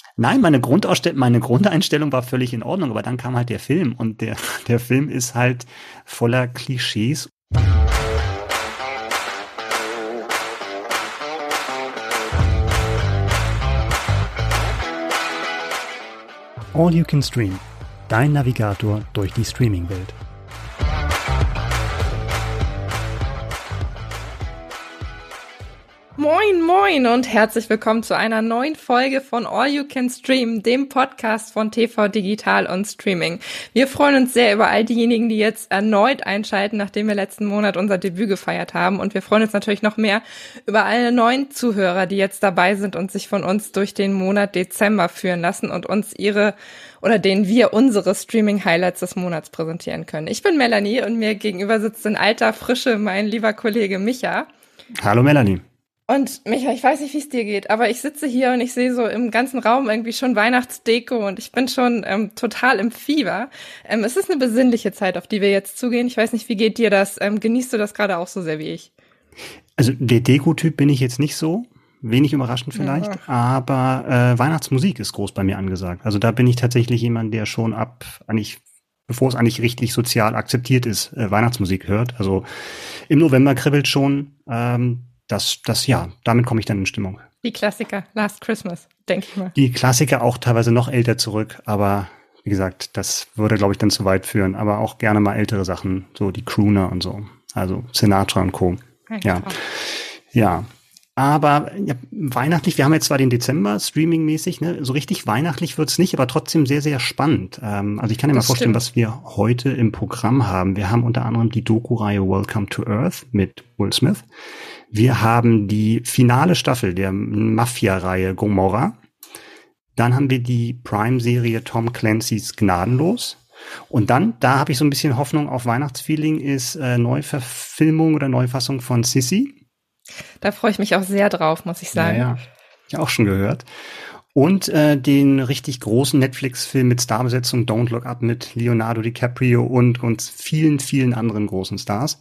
Nein, meine Grundeinstellung war völlig in Ordnung, aber dann kam halt der Film und der Film ist halt voller Klischees. All You Can Stream, dein Navigator durch die Streaming-Welt. Moin, moin und herzlich willkommen zu einer neuen Folge von All You Can Stream, dem Podcast von TV Digital und Streaming. Wir freuen uns sehr über all diejenigen, die jetzt erneut einschalten, nachdem wir letzten Monat unser Debüt gefeiert haben. Und wir freuen uns natürlich noch mehr über alle neuen Zuhörer, die jetzt dabei sind und sich von uns durch den Monat Dezember führen lassen und uns denen wir unsere Streaming-Highlights des Monats präsentieren können. Ich bin Melanie und mir gegenüber sitzt in alter Frische mein lieber Kollege Micha. Hallo Melanie. Und Micha, ich weiß nicht, wie es dir geht, aber ich sitze hier und ich sehe so im ganzen Raum irgendwie schon Weihnachtsdeko und ich bin schon total im Fieber. Es ist eine besinnliche Zeit, auf die wir jetzt zugehen. Ich weiß nicht, wie geht dir das? Genießt du das gerade auch so sehr wie ich? Also der Deko-Typ bin ich jetzt nicht so, wenig überraschend vielleicht, aber Weihnachtsmusik ist groß bei mir angesagt. Also da bin ich tatsächlich jemand, der schon bevor es eigentlich richtig sozial akzeptiert ist, Weihnachtsmusik hört. Also im November kribbelt schon. Damit komme ich dann in Stimmung. Die Klassiker, Last Christmas, denke ich mal. Die Klassiker auch teilweise noch älter zurück, aber wie gesagt, das würde, glaube ich, dann zu weit führen. Aber auch gerne mal ältere Sachen, so die Crooner und so, also Sinatra und Co. Ja. Aber weihnachtlich, wir haben jetzt zwar den Dezember, streamingmäßig, ne, so richtig weihnachtlich wird's nicht, aber trotzdem sehr, sehr spannend. Also ich kann dir mal vorstellen, was wir heute im Programm haben. Wir haben unter anderem die Doku-Reihe Welcome to Earth mit Will Smith. Wir haben die finale Staffel der Mafia-Reihe Gomorrah. Dann haben wir die Prime-Serie Tom Clancy's Gnadenlos. Und dann, da habe ich so ein bisschen Hoffnung auf Weihnachtsfeeling, ist Neuverfilmung oder Neufassung von Sissy. Da freue ich mich auch sehr drauf, muss ich sagen. Ja, ich auch schon gehört. Und den richtig großen Netflix-Film mit Starbesetzung Don't Look Up mit Leonardo DiCaprio und vielen, vielen anderen großen Stars.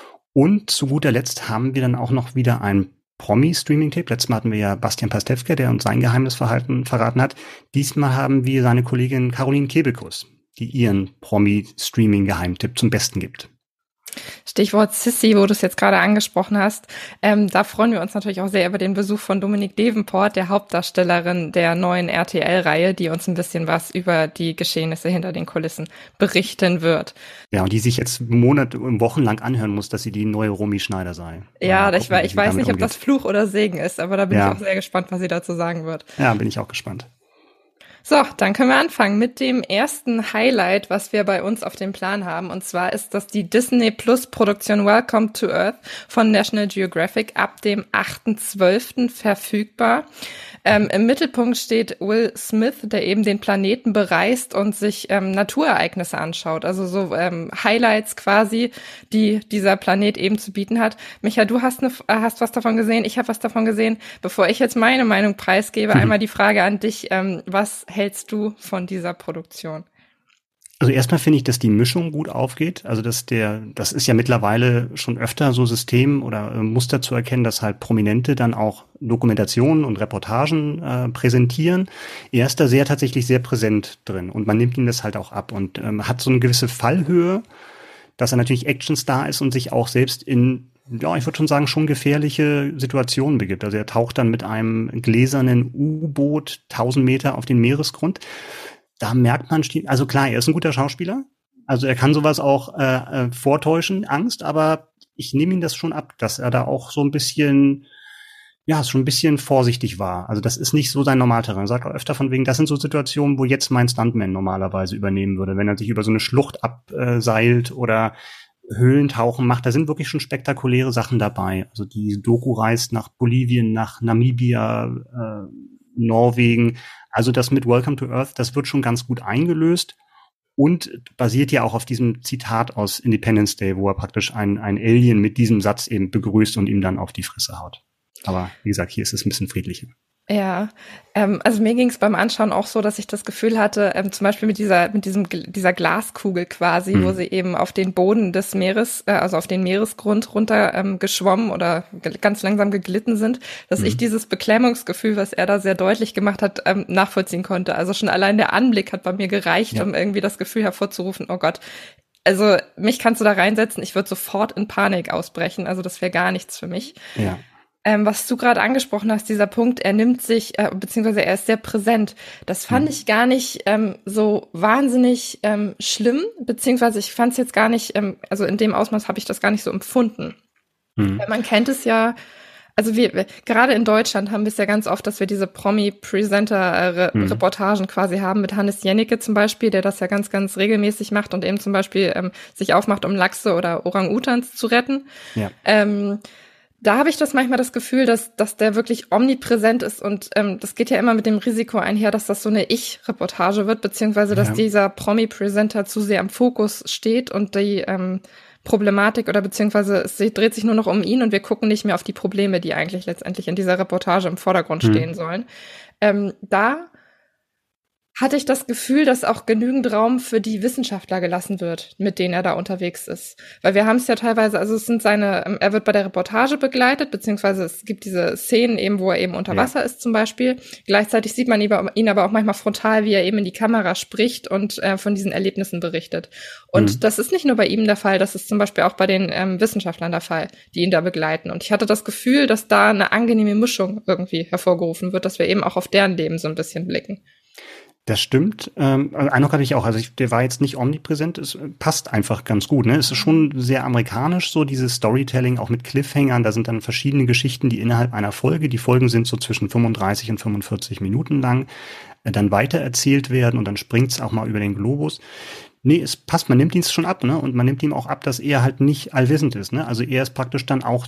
Und zu guter Letzt haben wir dann auch noch wieder ein Promi-Streaming-Tape. Letztes Mal hatten wir ja Bastian Pastewka, der uns sein geheimes Verhalten verraten hat. Diesmal haben wir seine Kollegin Caroline Kebekus, die ihren Promi-Streaming-Geheimtipp zum Besten gibt. Stichwort Sissy, wo du es jetzt gerade angesprochen hast. Da freuen wir uns natürlich auch sehr über den Besuch von Dominique Davenport, der Hauptdarstellerin der neuen RTL-Reihe, die uns ein bisschen was über die Geschehnisse hinter den Kulissen berichten wird. Ja, und die sich jetzt wochenlang anhören muss, dass sie die neue Romy Schneider sei. Ja, ich weiß nicht, ob das Fluch oder Segen ist, aber da bin ich auch sehr gespannt, was sie dazu sagen wird. Ja, bin ich auch gespannt. So, dann können wir anfangen mit dem ersten Highlight, was wir bei uns auf dem Plan haben. Und zwar ist das die Disney Plus Produktion Welcome to Earth von National Geographic ab dem 8.12. verfügbar. Im Mittelpunkt steht Will Smith, der eben den Planeten bereist und sich Naturereignisse anschaut. Also so Highlights quasi, die dieser Planet eben zu bieten hat. Micha, du hast was davon gesehen, ich habe was davon gesehen. Bevor ich jetzt meine Meinung preisgebe, einmal die Frage an dich, was hältst du von dieser Produktion? Also erstmal finde ich, dass die Mischung gut aufgeht. Also das ist ja mittlerweile schon öfter so System oder Muster zu erkennen, dass halt Prominente dann auch Dokumentationen und Reportagen präsentieren. Er ist da tatsächlich sehr präsent drin und man nimmt ihm das halt auch ab und hat so eine gewisse Fallhöhe, dass er natürlich Actionstar ist und sich auch selbst in, ja, ich würde schon sagen, schon gefährliche Situationen begibt. Also er taucht dann mit einem gläsernen U-Boot 1000 Meter auf den Meeresgrund. Da merkt man, also klar, er ist ein guter Schauspieler. Also er kann sowas auch vortäuschen, Angst, aber ich nehme ihm das schon ab, dass er da auch so ein bisschen, ja, schon ein bisschen vorsichtig war. Also das ist nicht so sein Normalterrain. Er sagt auch öfter von wegen, das sind so Situationen, wo jetzt mein Stuntman normalerweise übernehmen würde, wenn er sich über so eine Schlucht abseilt oder Höhlentauchen macht. Da sind wirklich schon spektakuläre Sachen dabei. Also die Doku reist nach Bolivien, nach Namibia, Norwegen. Also das mit Welcome to Earth, das wird schon ganz gut eingelöst und basiert ja auch auf diesem Zitat aus Independence Day, wo er praktisch ein Alien mit diesem Satz eben begrüßt und ihm dann auf die Fresse haut. Aber wie gesagt, hier ist es ein bisschen friedlicher. Ja, also mir ging es beim Anschauen auch so, dass ich das Gefühl hatte, zum Beispiel mit dieser Glaskugel quasi, wo sie eben auf den Boden des Meeres, also auf den Meeresgrund runter geschwommen oder ganz langsam geglitten sind, dass ich dieses Beklemmungsgefühl, was er da sehr deutlich gemacht hat, nachvollziehen konnte. Also schon allein der Anblick hat bei mir gereicht, um irgendwie das Gefühl hervorzurufen, oh Gott, also mich kannst du da reinsetzen, ich würde sofort in Panik ausbrechen, also das wäre gar nichts für mich. Ja. Was du gerade angesprochen hast, dieser Punkt, er nimmt sich, beziehungsweise er ist sehr präsent. Das fand ich gar nicht so wahnsinnig schlimm, beziehungsweise ich fand es jetzt gar nicht, also in dem Ausmaß habe ich das gar nicht so empfunden. Weil man kennt es ja, also wir gerade in Deutschland haben wir es ja ganz oft, dass wir diese Promi-Presenter-Reportagen quasi haben, mit Hannes Jennecke zum Beispiel, der das ja ganz, ganz regelmäßig macht und eben zum Beispiel sich aufmacht, um Lachse oder Orang-Utans zu retten. Ja. Da habe ich manchmal das Gefühl, dass der wirklich omnipräsent ist und das geht ja immer mit dem Risiko einher, dass das so eine Ich-Reportage wird, beziehungsweise dass dieser Promi-Presenter zu sehr im Fokus steht und die Problematik oder beziehungsweise es dreht sich nur noch um ihn und wir gucken nicht mehr auf die Probleme, die eigentlich letztendlich in dieser Reportage im Vordergrund stehen sollen. Da hatte ich das Gefühl, dass auch genügend Raum für die Wissenschaftler gelassen wird, mit denen er da unterwegs ist. Weil wir haben es ja teilweise, also es sind er wird bei der Reportage begleitet, beziehungsweise es gibt diese Szenen eben, wo er eben unter Wasser ist zum Beispiel. Gleichzeitig sieht man ihn aber auch manchmal frontal, wie er eben in die Kamera spricht und von diesen Erlebnissen berichtet. Und das ist nicht nur bei ihm der Fall, das ist zum Beispiel auch bei den Wissenschaftlern der Fall, die ihn da begleiten. Und ich hatte das Gefühl, dass da eine angenehme Mischung irgendwie hervorgerufen wird, dass wir eben auch auf deren Leben so ein bisschen blicken. Das stimmt. Eindruck hatte ich auch. Also der war jetzt nicht omnipräsent. Es passt einfach ganz gut. Ne? Es ist schon sehr amerikanisch, so dieses Storytelling, auch mit Cliffhangern. Da sind dann verschiedene Geschichten, die innerhalb einer Folge, die Folgen sind so zwischen 35 und 45 Minuten lang, dann weitererzählt werden und dann springt's auch mal über den Globus. Nee, es passt, man nimmt ihn schon ab, ne? Und man nimmt ihm auch ab, dass er halt nicht allwissend ist, ne? Also er ist praktisch dann auch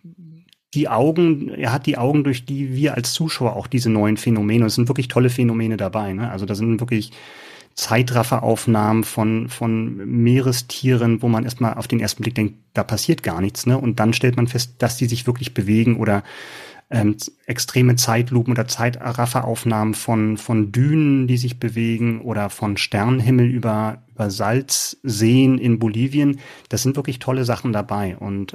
er hat die Augen, durch die wir als Zuschauer auch diese neuen Phänomene, es sind wirklich tolle Phänomene dabei, ne? Also da sind wirklich Zeitrafferaufnahmen von Meerestieren, wo man erstmal auf den ersten Blick denkt, da passiert gar nichts, ne? Und dann stellt man fest, dass die sich wirklich bewegen oder extreme Zeitlupen oder Zeitrafferaufnahmen von Dünen, die sich bewegen oder von Sternenhimmel über Salzseen in Bolivien. Das sind wirklich tolle Sachen dabei und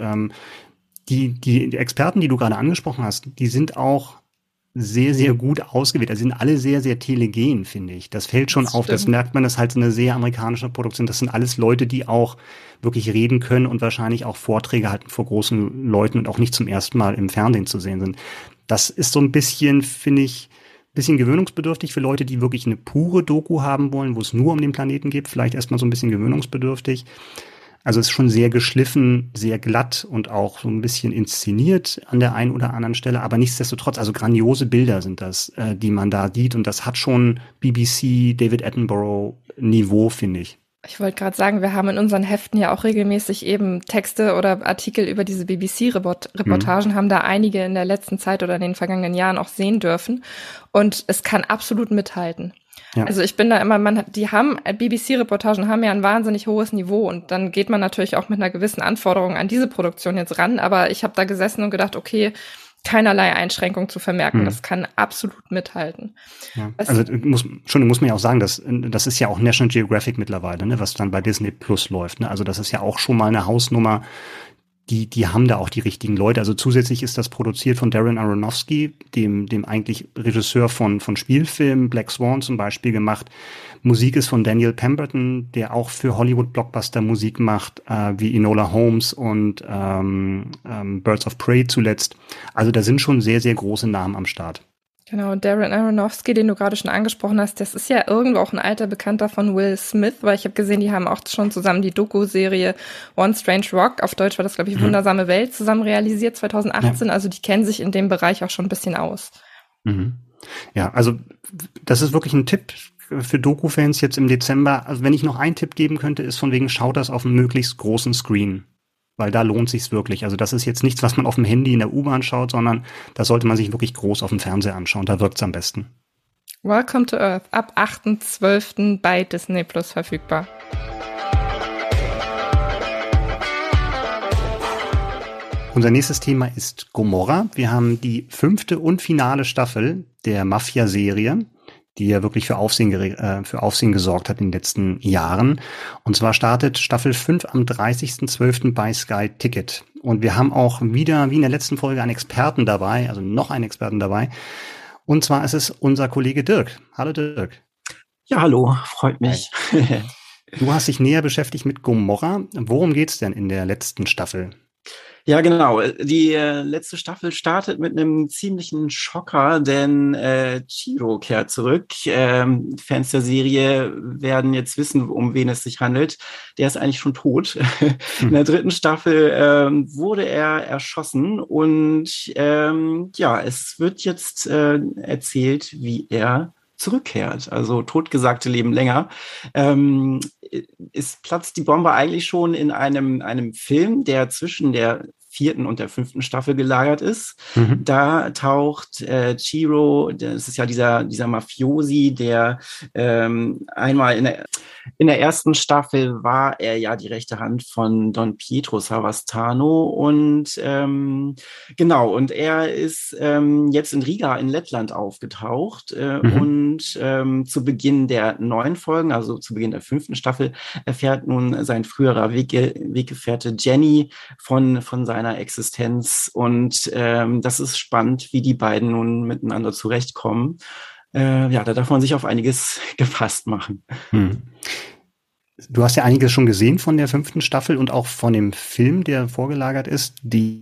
die Experten, die du gerade angesprochen hast, die sind auch sehr, sehr gut ausgewählt. Also sind alle sehr, sehr telegen, finde ich. Das fällt schon auf. Das merkt man, das ist halt so eine sehr amerikanische Produktion. Das sind alles Leute, die auch wirklich reden können und wahrscheinlich auch Vorträge halten vor großen Leuten und auch nicht zum ersten Mal im Fernsehen zu sehen sind. Das ist so ein bisschen, finde ich, bisschen gewöhnungsbedürftig für Leute, die wirklich eine pure Doku haben wollen, wo es nur um den Planeten geht. Vielleicht erstmal so ein bisschen gewöhnungsbedürftig. Also es ist schon sehr geschliffen, sehr glatt und auch so ein bisschen inszeniert an der einen oder anderen Stelle, aber nichtsdestotrotz, also grandiose Bilder sind das, die man da sieht und das hat schon BBC, David Attenborough Niveau, finde ich. Ich wollte gerade sagen, wir haben in unseren Heften ja auch regelmäßig eben Texte oder Artikel über diese BBC-Reportagen, haben da einige in der letzten Zeit oder in den vergangenen Jahren auch sehen dürfen und es kann absolut mithalten. Ja. Also ich bin da immer, BBC-Reportagen haben ja ein wahnsinnig hohes Niveau und dann geht man natürlich auch mit einer gewissen Anforderung an diese Produktion jetzt ran, aber ich habe da gesessen und gedacht, okay, keinerlei Einschränkung zu vermerken, das kann absolut mithalten. Ja. Also muss man ja auch sagen, das ist ja auch National Geographic mittlerweile, ne, was dann bei Disney Plus läuft, ne? Also das ist ja auch schon mal eine Hausnummer. Die haben da auch die richtigen Leute. Also zusätzlich ist das produziert von Darren Aronofsky, dem eigentlich Regisseur von Spielfilmen, Black Swan zum Beispiel gemacht. Musik ist von Daniel Pemberton, der auch für Hollywood-Blockbuster Musik macht, wie Enola Holmes und Birds of Prey zuletzt. Also da sind schon sehr, sehr große Namen am Start. Genau, Darren Aronofsky, den du gerade schon angesprochen hast, das ist ja irgendwo auch ein alter Bekannter von Will Smith, weil ich habe gesehen, die haben auch schon zusammen die Doku-Serie One Strange Rock, auf Deutsch war das, glaube ich, Wundersame Welt, zusammen realisiert 2018, also die kennen sich in dem Bereich auch schon ein bisschen aus. Mhm. Ja, also das ist wirklich ein Tipp für Doku-Fans jetzt im Dezember. Also wenn ich noch einen Tipp geben könnte, ist von wegen, schaut das auf einem möglichst großen Screen. Weil da lohnt sich's wirklich. Also das ist jetzt nichts, was man auf dem Handy in der U-Bahn schaut, sondern da sollte man sich wirklich groß auf dem Fernseher anschauen. Da wirkt's am besten. Welcome to Earth, ab 8.12. bei Disney Plus verfügbar. Unser nächstes Thema ist Gomorrah. Wir haben die 5. und finale Staffel der Mafia-Serie, die ja wirklich für Aufsehen gesorgt hat in den letzten Jahren. Und zwar startet Staffel 5 am 30.12. bei Sky Ticket. Und wir haben auch wieder, wie in der letzten Folge, einen Experten dabei, also noch einen Experten dabei. Und zwar ist es unser Kollege Dirk. Hallo Dirk. Ja, hallo, freut mich. Du hast dich näher beschäftigt mit Gomorrah. Worum geht's denn in der letzten Staffel? Ja, genau. Die letzte Staffel startet mit einem ziemlichen Schocker, denn Chiro kehrt zurück. Fans der Serie werden jetzt wissen, um wen es sich handelt. Der ist eigentlich schon tot. In der 3. Staffel wurde er erschossen und ja, es wird jetzt erzählt, wie er zurückkehrt. Also Totgesagte leben länger. Es platzt die Bombe eigentlich schon in einem Film, der zwischen der 4. und der 5. Staffel gelagert ist. Da taucht Chiro, das ist ja dieser Mafiosi, der einmal in der 1. Staffel war er ja die rechte Hand von Don Pietro Savastano und genau, und er ist jetzt in Riga in Lettland aufgetaucht und zu Beginn der 9 Folgen, also zu Beginn der 5. Staffel, erfährt nun sein früherer Weggefährte Jenny von seiner Existenz und das ist spannend, wie die beiden nun miteinander zurechtkommen. Ja, da darf man sich auf einiges gefasst machen. Du hast ja einiges schon gesehen von der 5. Staffel und auch von dem Film, der vorgelagert ist.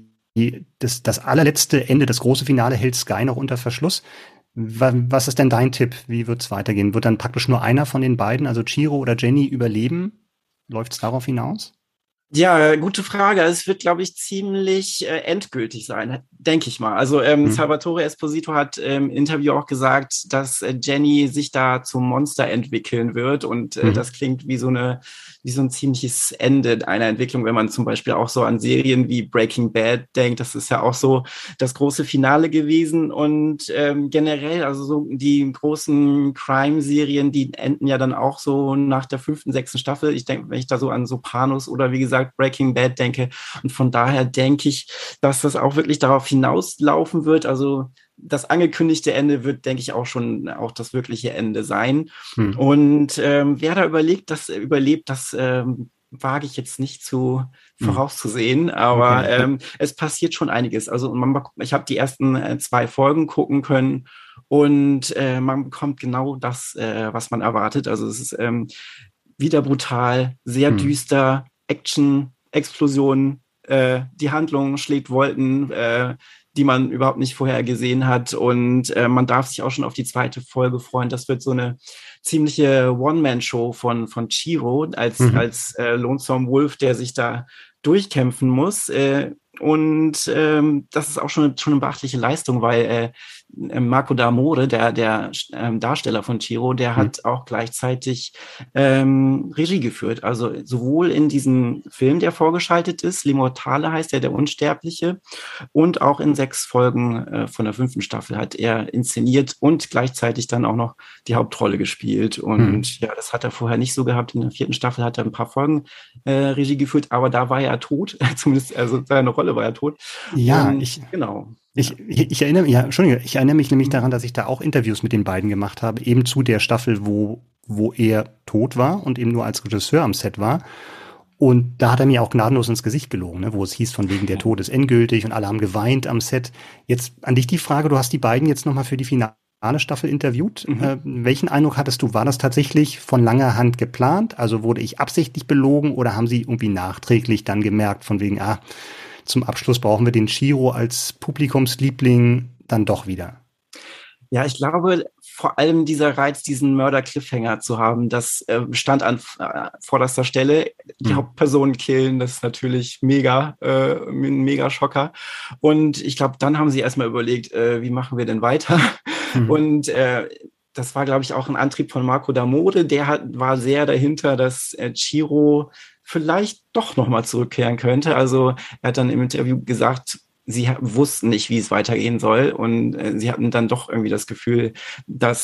Das allerletzte Ende, das große Finale hält Sky noch unter Verschluss. Was ist denn dein Tipp? Wie wird es weitergehen? Wird dann praktisch nur einer von den beiden, also Chiro oder Jenny, überleben? Läuft es darauf hinaus? Ja, gute Frage. Es wird, glaube ich, ziemlich endgültig sein, denke ich mal. Also Salvatore Esposito hat im Interview auch gesagt, dass Jenny sich da zum Monster entwickeln wird und das klingt wie so ein ziemliches Ende einer Entwicklung, wenn man zum Beispiel auch so an Serien wie Breaking Bad denkt. Das ist ja auch so das große Finale gewesen und generell, also so die großen Crime-Serien, die enden ja dann auch so nach der 5., 6. Staffel. Ich denke, wenn ich da so an Sopranos oder wie gesagt Breaking Bad denke. Und von daher denke ich, dass das auch wirklich darauf hinauslaufen wird. Also das angekündigte Ende wird, denke ich, auch das wirkliche Ende sein. Und wer da überlebt, das wage ich jetzt nicht vorauszusehen, aber okay. Es passiert schon einiges. Also ich habe die ersten 2 Folgen gucken können und man bekommt genau das, was man erwartet. Also es ist wieder brutal, sehr düster, Action, Explosionen, die Handlung schlägt Wolken, die man überhaupt nicht vorher gesehen hat und man darf sich auch schon auf die 2. Folge freuen. Das wird so eine ziemliche One-Man-Show von Chiro als Lonesome Wolf, der sich da durchkämpfen muss. Und das ist auch schon eine beachtliche Leistung, weil Marco D'Amore, der Darsteller von Chiro, der hat auch gleichzeitig Regie geführt. Also sowohl in diesem Film, der vorgeschaltet ist, L'Immortale heißt der Unsterbliche, und auch in 6 Folgen von der 5. Staffel hat er inszeniert und gleichzeitig dann auch noch die Hauptrolle gespielt. Und ja, das hat er vorher nicht so gehabt. In der 4. Staffel hat er ein paar Folgen Regie geführt, aber da war er tot, zumindest, also seine Rolle war er tot. Ja, und, genau. Ich erinnere mich nämlich daran, dass ich da auch Interviews mit den beiden gemacht habe, eben zu der Staffel, wo er tot war und eben nur als Regisseur am Set war. Und da hat er mir auch gnadenlos ins Gesicht gelogen, ne, wo es hieß, von wegen der Tod ist endgültig und alle haben geweint am Set. Jetzt an dich die Frage, du hast die beiden jetzt nochmal für die finale Staffel interviewt. Welchen Eindruck hattest du? War das tatsächlich von langer Hand geplant? Also wurde ich absichtlich belogen oder haben sie irgendwie nachträglich dann gemerkt, von wegen, zum Abschluss brauchen wir den Chiro als Publikumsliebling dann doch wieder? Ja, ich glaube, vor allem dieser Reiz, diesen Mörder-Cliffhanger zu haben, das stand an vorderster Stelle. Die Hauptpersonen killen, das ist natürlich ein mega Schocker. Und ich glaube, dann haben sie erstmal überlegt, wie machen wir denn weiter? Und das war, glaube ich, auch ein Antrieb von Marco D'Amore. Der war sehr dahinter, dass Chiro vielleicht doch nochmal zurückkehren könnte. Also er hat dann im Interview gesagt, sie wussten nicht, wie es weitergehen soll. Und sie hatten dann doch irgendwie das Gefühl, dass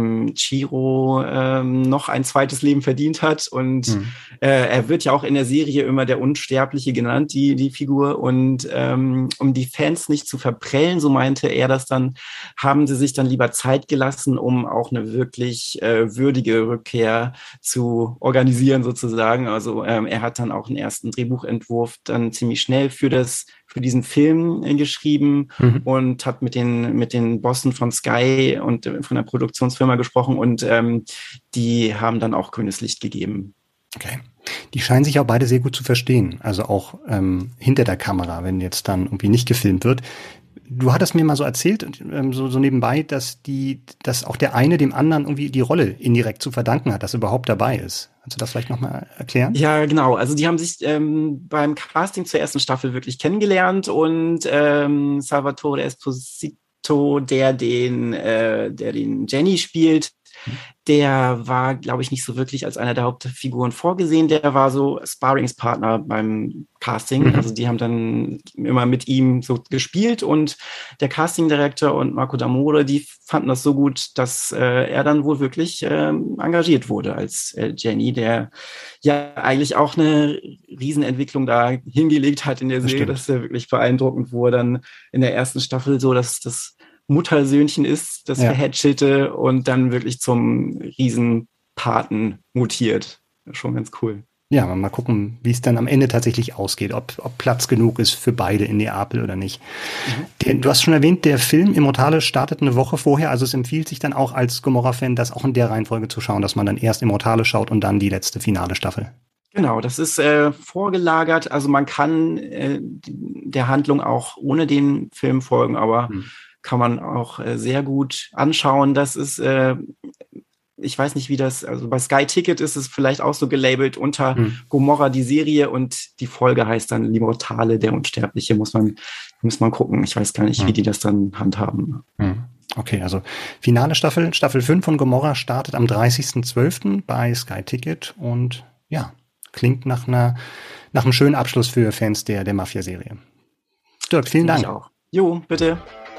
Chiro noch ein zweites Leben verdient hat. Und er wird ja auch in der Serie immer der Unsterbliche genannt, die Figur. Und um die Fans nicht zu verprellen, so meinte er das dann, haben sie sich dann lieber Zeit gelassen, um auch eine wirklich würdige Rückkehr zu organisieren sozusagen. Also er hat dann auch einen ersten Drehbuchentwurf dann ziemlich schnell für diesen Film geschrieben und hat mit den Bossen von Sky und von der Produktionsfirma gesprochen und die haben dann auch grünes Licht gegeben. Okay. Die scheinen sich auch beide sehr gut zu verstehen. Also auch hinter der Kamera, wenn jetzt dann irgendwie nicht gefilmt wird. Du hattest mir mal so erzählt, so nebenbei, dass auch der eine dem anderen irgendwie die Rolle indirekt zu verdanken hat, dass er überhaupt dabei ist. Kannst du das vielleicht nochmal erklären? Ja, genau. Also die haben sich beim Casting zur ersten Staffel wirklich kennengelernt und Salvatore Esposito, der den Jenny spielt, der war, glaube ich, nicht so wirklich als einer der Hauptfiguren vorgesehen. Der war so Sparringspartner beim Casting. Also die haben dann immer mit ihm so gespielt und der Castingdirektor und Marco D'Amore, die fanden das so gut, dass er dann wohl wirklich engagiert wurde als Jenny, der ja eigentlich auch eine Riesenentwicklung da hingelegt hat in der Serie. Das ist ja wirklich beeindruckend, wo er dann in der ersten Staffel so das Muttersöhnchen ist, das Verhätschelte und dann wirklich zum Riesenpaten mutiert. Schon ganz cool. Ja, mal gucken, wie es dann am Ende tatsächlich ausgeht, ob Platz genug ist für beide in Neapel oder nicht. Du hast schon erwähnt, der Film Immortale startet eine Woche vorher, also es empfiehlt sich dann auch als Gomorrah-Fan, das auch in der Reihenfolge zu schauen, dass man dann erst Immortale schaut und dann die letzte finale Staffel. Genau, das ist vorgelagert, also man kann der Handlung auch ohne den Film folgen, aber kann man auch sehr gut anschauen. Das ist, ich weiß nicht, wie das, also bei Sky Ticket ist es vielleicht auch so gelabelt unter Gomorrah die Serie und die Folge heißt dann Immortale, der Unsterbliche, muss man gucken. Ich weiß gar nicht, wie die das dann handhaben. Okay, also finale Staffel 5 von Gomorrah startet am 30.12. bei Sky Ticket und ja, klingt nach einem schönen Abschluss für Fans der Mafia-Serie. Dirk, vielen Dank. Ich auch. Jo, bitte.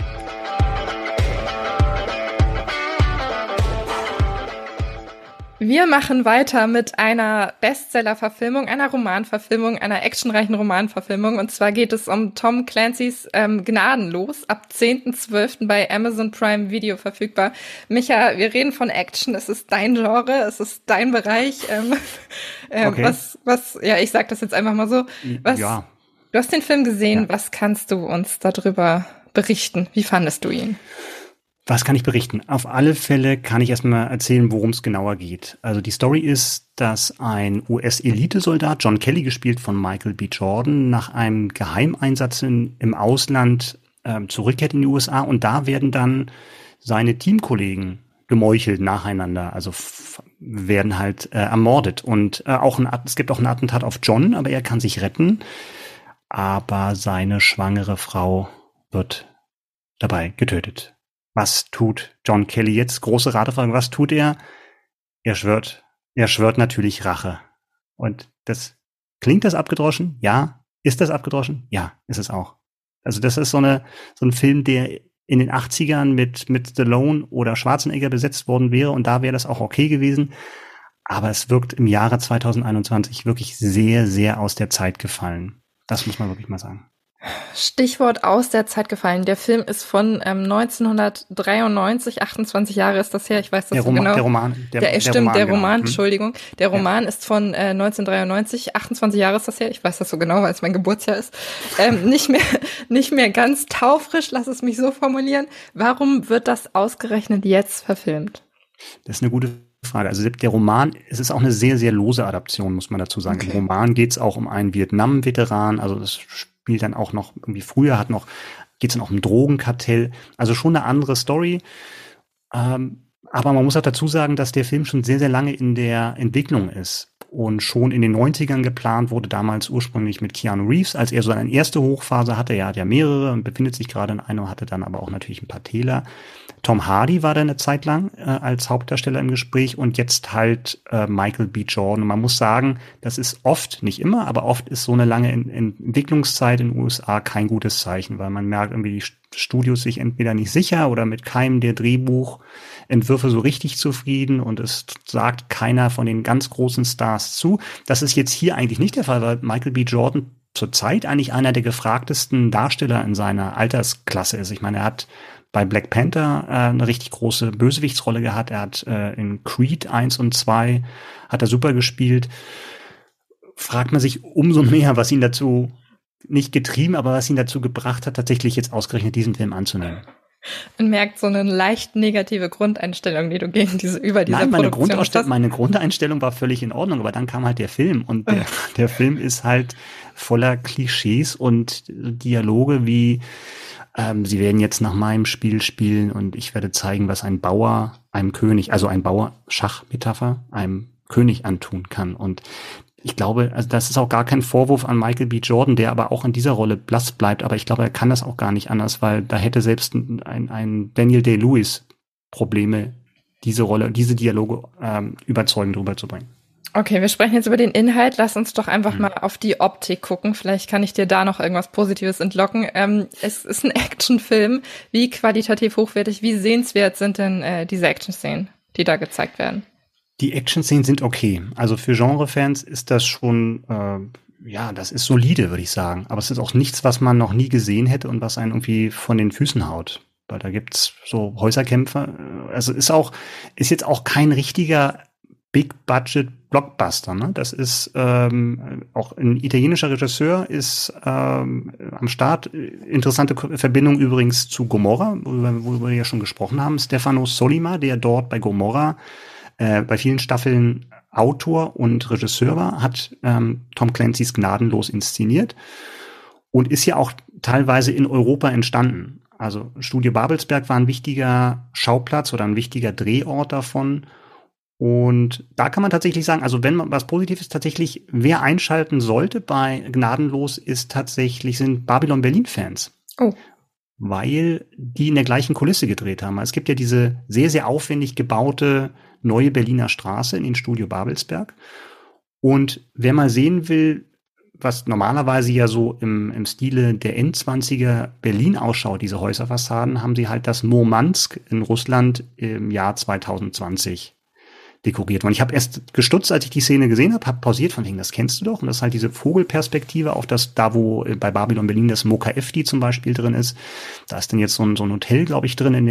Wir machen weiter mit einer Bestseller-Verfilmung, einer Romanverfilmung, einer actionreichen Romanverfilmung. Und zwar geht es um Tom Clancy's Gnadenlos, ab 10.12. bei Amazon Prime Video verfügbar. Micha, wir reden von Action, es ist dein Genre, es ist dein Bereich. Okay. Ja, ich sag das jetzt einfach mal so. Ja. Du hast den Film gesehen, was kannst du uns darüber berichten? Wie fandest du ihn? Was kann ich berichten? Auf alle Fälle kann ich erstmal erzählen, worum es genauer geht. Also die Story ist, dass ein US-Elitesoldat, John Kelly, gespielt von Michael B. Jordan, nach einem Geheimeinsatz im Ausland zurückkehrt in die USA und da werden dann seine Teamkollegen gemeuchelt nacheinander, also werden halt ermordet. Und es gibt auch ein Attentat auf John, aber er kann sich retten. Aber seine schwangere Frau wird dabei getötet. Was tut John Kelly jetzt? Große Ratefrage. Was tut er? Er schwört natürlich Rache. Und klingt das abgedroschen? Ja. Ist das abgedroschen? Ja, ist es auch. Also das ist so ein Film, der in den 80ern mit Stallone oder Schwarzenegger besetzt worden wäre und da wäre das auch okay gewesen. Aber es wirkt im Jahre 2021 wirklich sehr, sehr aus der Zeit gefallen. Das muss man wirklich mal sagen. Stichwort aus der Zeit gefallen. Der Film ist von 1993, 28 Jahre ist das her, ich weiß das so genau. Der Roman. Der Roman, Entschuldigung. Der Roman ist von 1993, 28 Jahre ist das her, ich weiß das so genau, weil es mein Geburtsjahr ist. Nicht mehr ganz taufrisch, lass es mich so formulieren. Warum wird das ausgerechnet jetzt verfilmt? Das ist eine gute Frage. Also der Roman, es ist auch eine sehr, sehr lose Adaption, muss man dazu sagen. Okay. Im Roman geht es auch um einen Vietnam-Veteran, also das spielt dann auch noch irgendwie früher, geht es dann auch um Drogenkartell, also schon eine andere Story. Aber man muss auch dazu sagen, dass der Film schon sehr, sehr lange in der Entwicklung ist. und schon in den 90ern geplant wurde, damals ursprünglich mit Keanu Reeves, als er so eine erste Hochphase hatte. Er hat ja mehrere und befindet sich gerade in einer, hatte dann aber auch natürlich ein paar Täler. Tom Hardy war da eine Zeit lang als Hauptdarsteller im Gespräch und jetzt halt Michael B. Jordan. Und man muss sagen, das ist oft, nicht immer, aber oft ist so eine lange Entwicklungszeit in den USA kein gutes Zeichen, weil man merkt irgendwie, die Studios sich entweder nicht sicher oder mit keinem der Drehbuchentwürfe so richtig zufrieden und es sagt keiner von den ganz großen Stars zu. Das ist jetzt hier eigentlich nicht der Fall, weil Michael B. Jordan zurzeit eigentlich einer der gefragtesten Darsteller in seiner Altersklasse ist. Ich meine, er hat bei Black Panther eine richtig große Bösewichtsrolle gehabt. Er hat in Creed 1 und 2 hat er super gespielt. Fragt man sich umso mehr, was ihn dazu nicht getrieben, aber was ihn dazu gebracht hat, tatsächlich jetzt ausgerechnet diesen Film anzunehmen. Man merkt so eine leicht negative Grundeinstellung, die du gegen diese Nein, Produktion hast. Meine Grundeinstellung war völlig in Ordnung, aber dann kam halt der Film und der Film ist halt voller Klischees und Dialoge wie sie werden jetzt nach meinem Spiel spielen und ich werde zeigen, was ein Bauer einem König, also ein Bauer, Schachmetapher, einem König antun kann. Und ich glaube, also das ist auch gar kein Vorwurf an Michael B. Jordan, der aber auch in dieser Rolle blass bleibt. Aber ich glaube, er kann das auch gar nicht anders, weil da hätte selbst ein Daniel Day-Lewis Probleme, diese Rolle, diese Dialoge überzeugend rüberzubringen. Okay, wir sprechen jetzt über den Inhalt. Lass uns doch einfach mal auf die Optik gucken. Vielleicht kann ich dir da noch irgendwas Positives entlocken. Es ist ein Actionfilm. Wie qualitativ hochwertig, wie sehenswert sind denn diese Action-Szenen, die da gezeigt werden? Die Action-Szenen sind okay. Also für Genre-Fans ist das schon, das ist solide, würde ich sagen. Aber es ist auch nichts, was man noch nie gesehen hätte und was einen irgendwie von den Füßen haut. Weil da gibt's so Häuserkämpfe. Also ist jetzt auch kein richtiger Big-Budget-Blockbuster, ne? Das ist auch ein italienischer Regisseur ist am Start. Interessante Verbindung übrigens zu Gomorra, worüber wir ja schon gesprochen haben. Stefano Sollima, der dort bei Gomorra bei vielen Staffeln Autor und Regisseur war, hat Tom Clancy's Gnadenlos inszeniert und ist ja auch teilweise in Europa entstanden. Also Studio Babelsberg war ein wichtiger Schauplatz oder ein wichtiger Drehort davon. Und da kann man tatsächlich sagen, also wenn man was Positives tatsächlich, wer einschalten sollte bei Gnadenlos, sind Babylon Berlin-Fans. Oh. Weil die in der gleichen Kulisse gedreht haben. Es gibt ja diese sehr, sehr aufwendig gebaute neue Berliner Straße in den Studio Babelsberg. Und wer mal sehen will, was normalerweise ja so im Stile der Endzwanziger Berlin ausschaut, diese Häuserfassaden, haben sie halt das Murmansk in Russland im Jahr 2020 dekoriert. Und ich habe erst gestutzt, als ich die Szene gesehen habe, pausiert von wegen, das kennst du doch. Und das ist halt diese Vogelperspektive auf das, da wo bei Babylon Berlin das Moka-Efti zum Beispiel drin ist. Da ist dann jetzt so ein Hotel, glaube ich, drin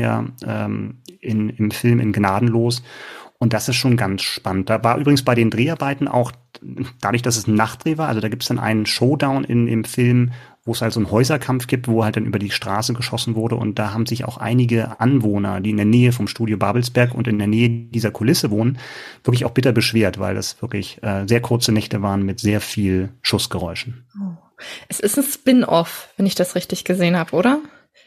im Film in Gnadenlos. Und das ist schon ganz spannend. Da war übrigens bei den Dreharbeiten auch, dadurch, dass es ein Nachtdreh war, also da gibt es dann einen Showdown im Film, wo es halt so einen Häuserkampf gibt, wo halt dann über die Straße geschossen wurde. Und da haben sich auch einige Anwohner, die in der Nähe vom Studio Babelsberg und in der Nähe dieser Kulisse wohnen, wirklich auch bitter beschwert, weil das wirklich sehr kurze Nächte waren mit sehr viel Schussgeräuschen. Oh. Es ist ein Spin-off, wenn ich das richtig gesehen habe, oder?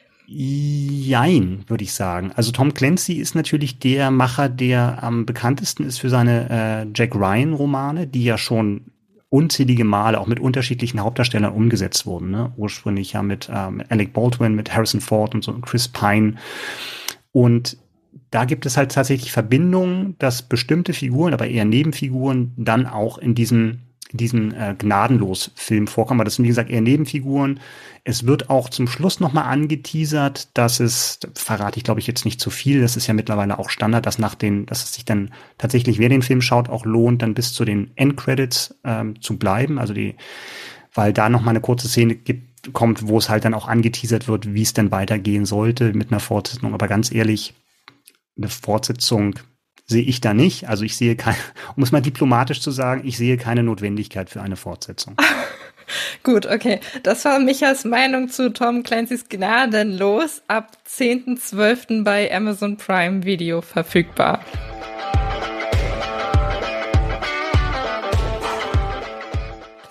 Jein, würde ich sagen. Also Tom Clancy ist natürlich der Macher, der am bekanntesten ist für seine Jack Ryan-Romane, die ja schon unzählige Male auch mit unterschiedlichen Hauptdarstellern umgesetzt wurden. Ne? Ursprünglich ja mit Alec Baldwin, mit Harrison Ford und so Chris Pine. Und da gibt es halt tatsächlich Verbindungen, dass bestimmte Figuren, aber eher Nebenfiguren, dann auch in diesem Gnadenlos-Film vorkommen. Aber das sind, wie gesagt, eher Nebenfiguren. Es wird auch zum Schluss nochmal angeteasert, dass es, verrate ich glaube ich jetzt nicht zu viel, das ist ja mittlerweile auch Standard, dass es sich dann tatsächlich, wer den Film schaut, auch lohnt, dann bis zu den Endcredits zu bleiben. Also weil da nochmal eine kurze Szene kommt, wo es halt dann auch angeteasert wird, wie es denn weitergehen sollte mit einer Fortsetzung. Aber ganz ehrlich, eine Fortsetzung sehe ich da nicht. Also ich sehe um es mal diplomatisch zu sagen, ich sehe keine Notwendigkeit für eine Fortsetzung. Gut, okay. Das war Michas Meinung zu Tom Clancy's Gnadenlos, ab 10.12. bei Amazon Prime Video verfügbar.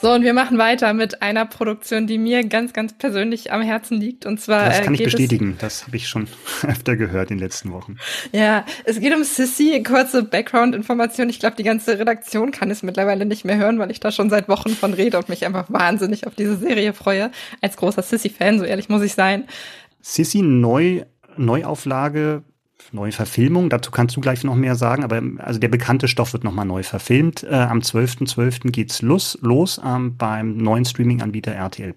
So, und wir machen weiter mit einer Produktion, die mir ganz, ganz persönlich am Herzen liegt. Und zwar das kann ich bestätigen. Das habe ich schon öfter gehört in den letzten Wochen. Ja, es geht um Sissy. Kurze Background-Information. Ich glaube, die ganze Redaktion kann es mittlerweile nicht mehr hören, weil ich da schon seit Wochen von rede und mich einfach wahnsinnig auf diese Serie freue. Als großer Sissy-Fan, so ehrlich muss ich sein. Sissy Neuauflage, neue Verfilmung, dazu kannst du gleich noch mehr sagen, aber also der bekannte Stoff wird nochmal neu verfilmt. Am 12.12. geht's los beim neuen Streaming-Anbieter RTL+.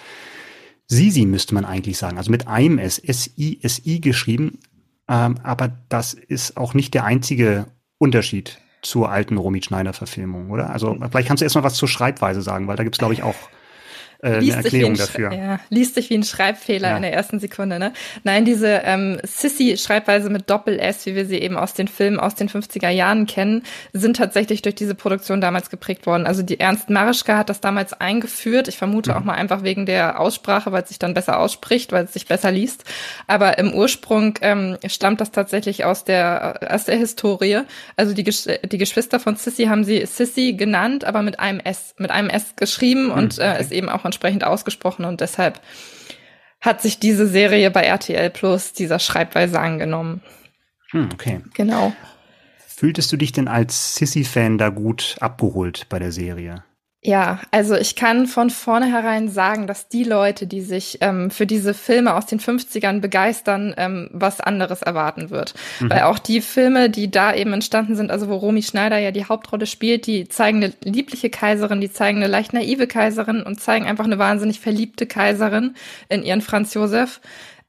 Sisi müsste man eigentlich sagen, also mit einem S, S-I-S-I geschrieben, aber das ist auch nicht der einzige Unterschied zur alten Romy Schneider-Verfilmung, oder? Also vielleicht kannst du erstmal was zur Schreibweise sagen, weil da gibt's, glaube ich, auch eine Erklärung dafür. Ja, liest sich wie ein Schreibfehler in der ersten Sekunde, ne? Nein, diese Sissy-Schreibweise mit Doppel-S, wie wir sie eben aus den Filmen aus den 50er Jahren kennen, sind tatsächlich durch diese Produktion damals geprägt worden. Also die Ernst Marischka hat das damals eingeführt. Ich vermute auch mal einfach wegen der Aussprache, weil es sich dann besser ausspricht, weil es sich besser liest. Aber im Ursprung stammt das tatsächlich aus der Historie. Also die Geschwister von Sissy haben sie Sissy genannt, aber mit einem S geschrieben und ist eben auch entsprechend ausgesprochen und deshalb hat sich diese Serie bei RTL Plus dieser Schreibweise angenommen. Okay. Genau. Fühltest du dich denn als Sissy-Fan da gut abgeholt bei der Serie? Ja, also ich kann von vornherein sagen, dass die Leute, die sich für diese Filme aus den 50ern begeistern, was anderes erwarten wird. Weil auch die Filme, die da eben entstanden sind, also wo Romy Schneider ja die Hauptrolle spielt, die zeigen eine liebliche Kaiserin, die zeigen eine leicht naive Kaiserin und zeigen einfach eine wahnsinnig verliebte Kaiserin in ihren Franz Josef.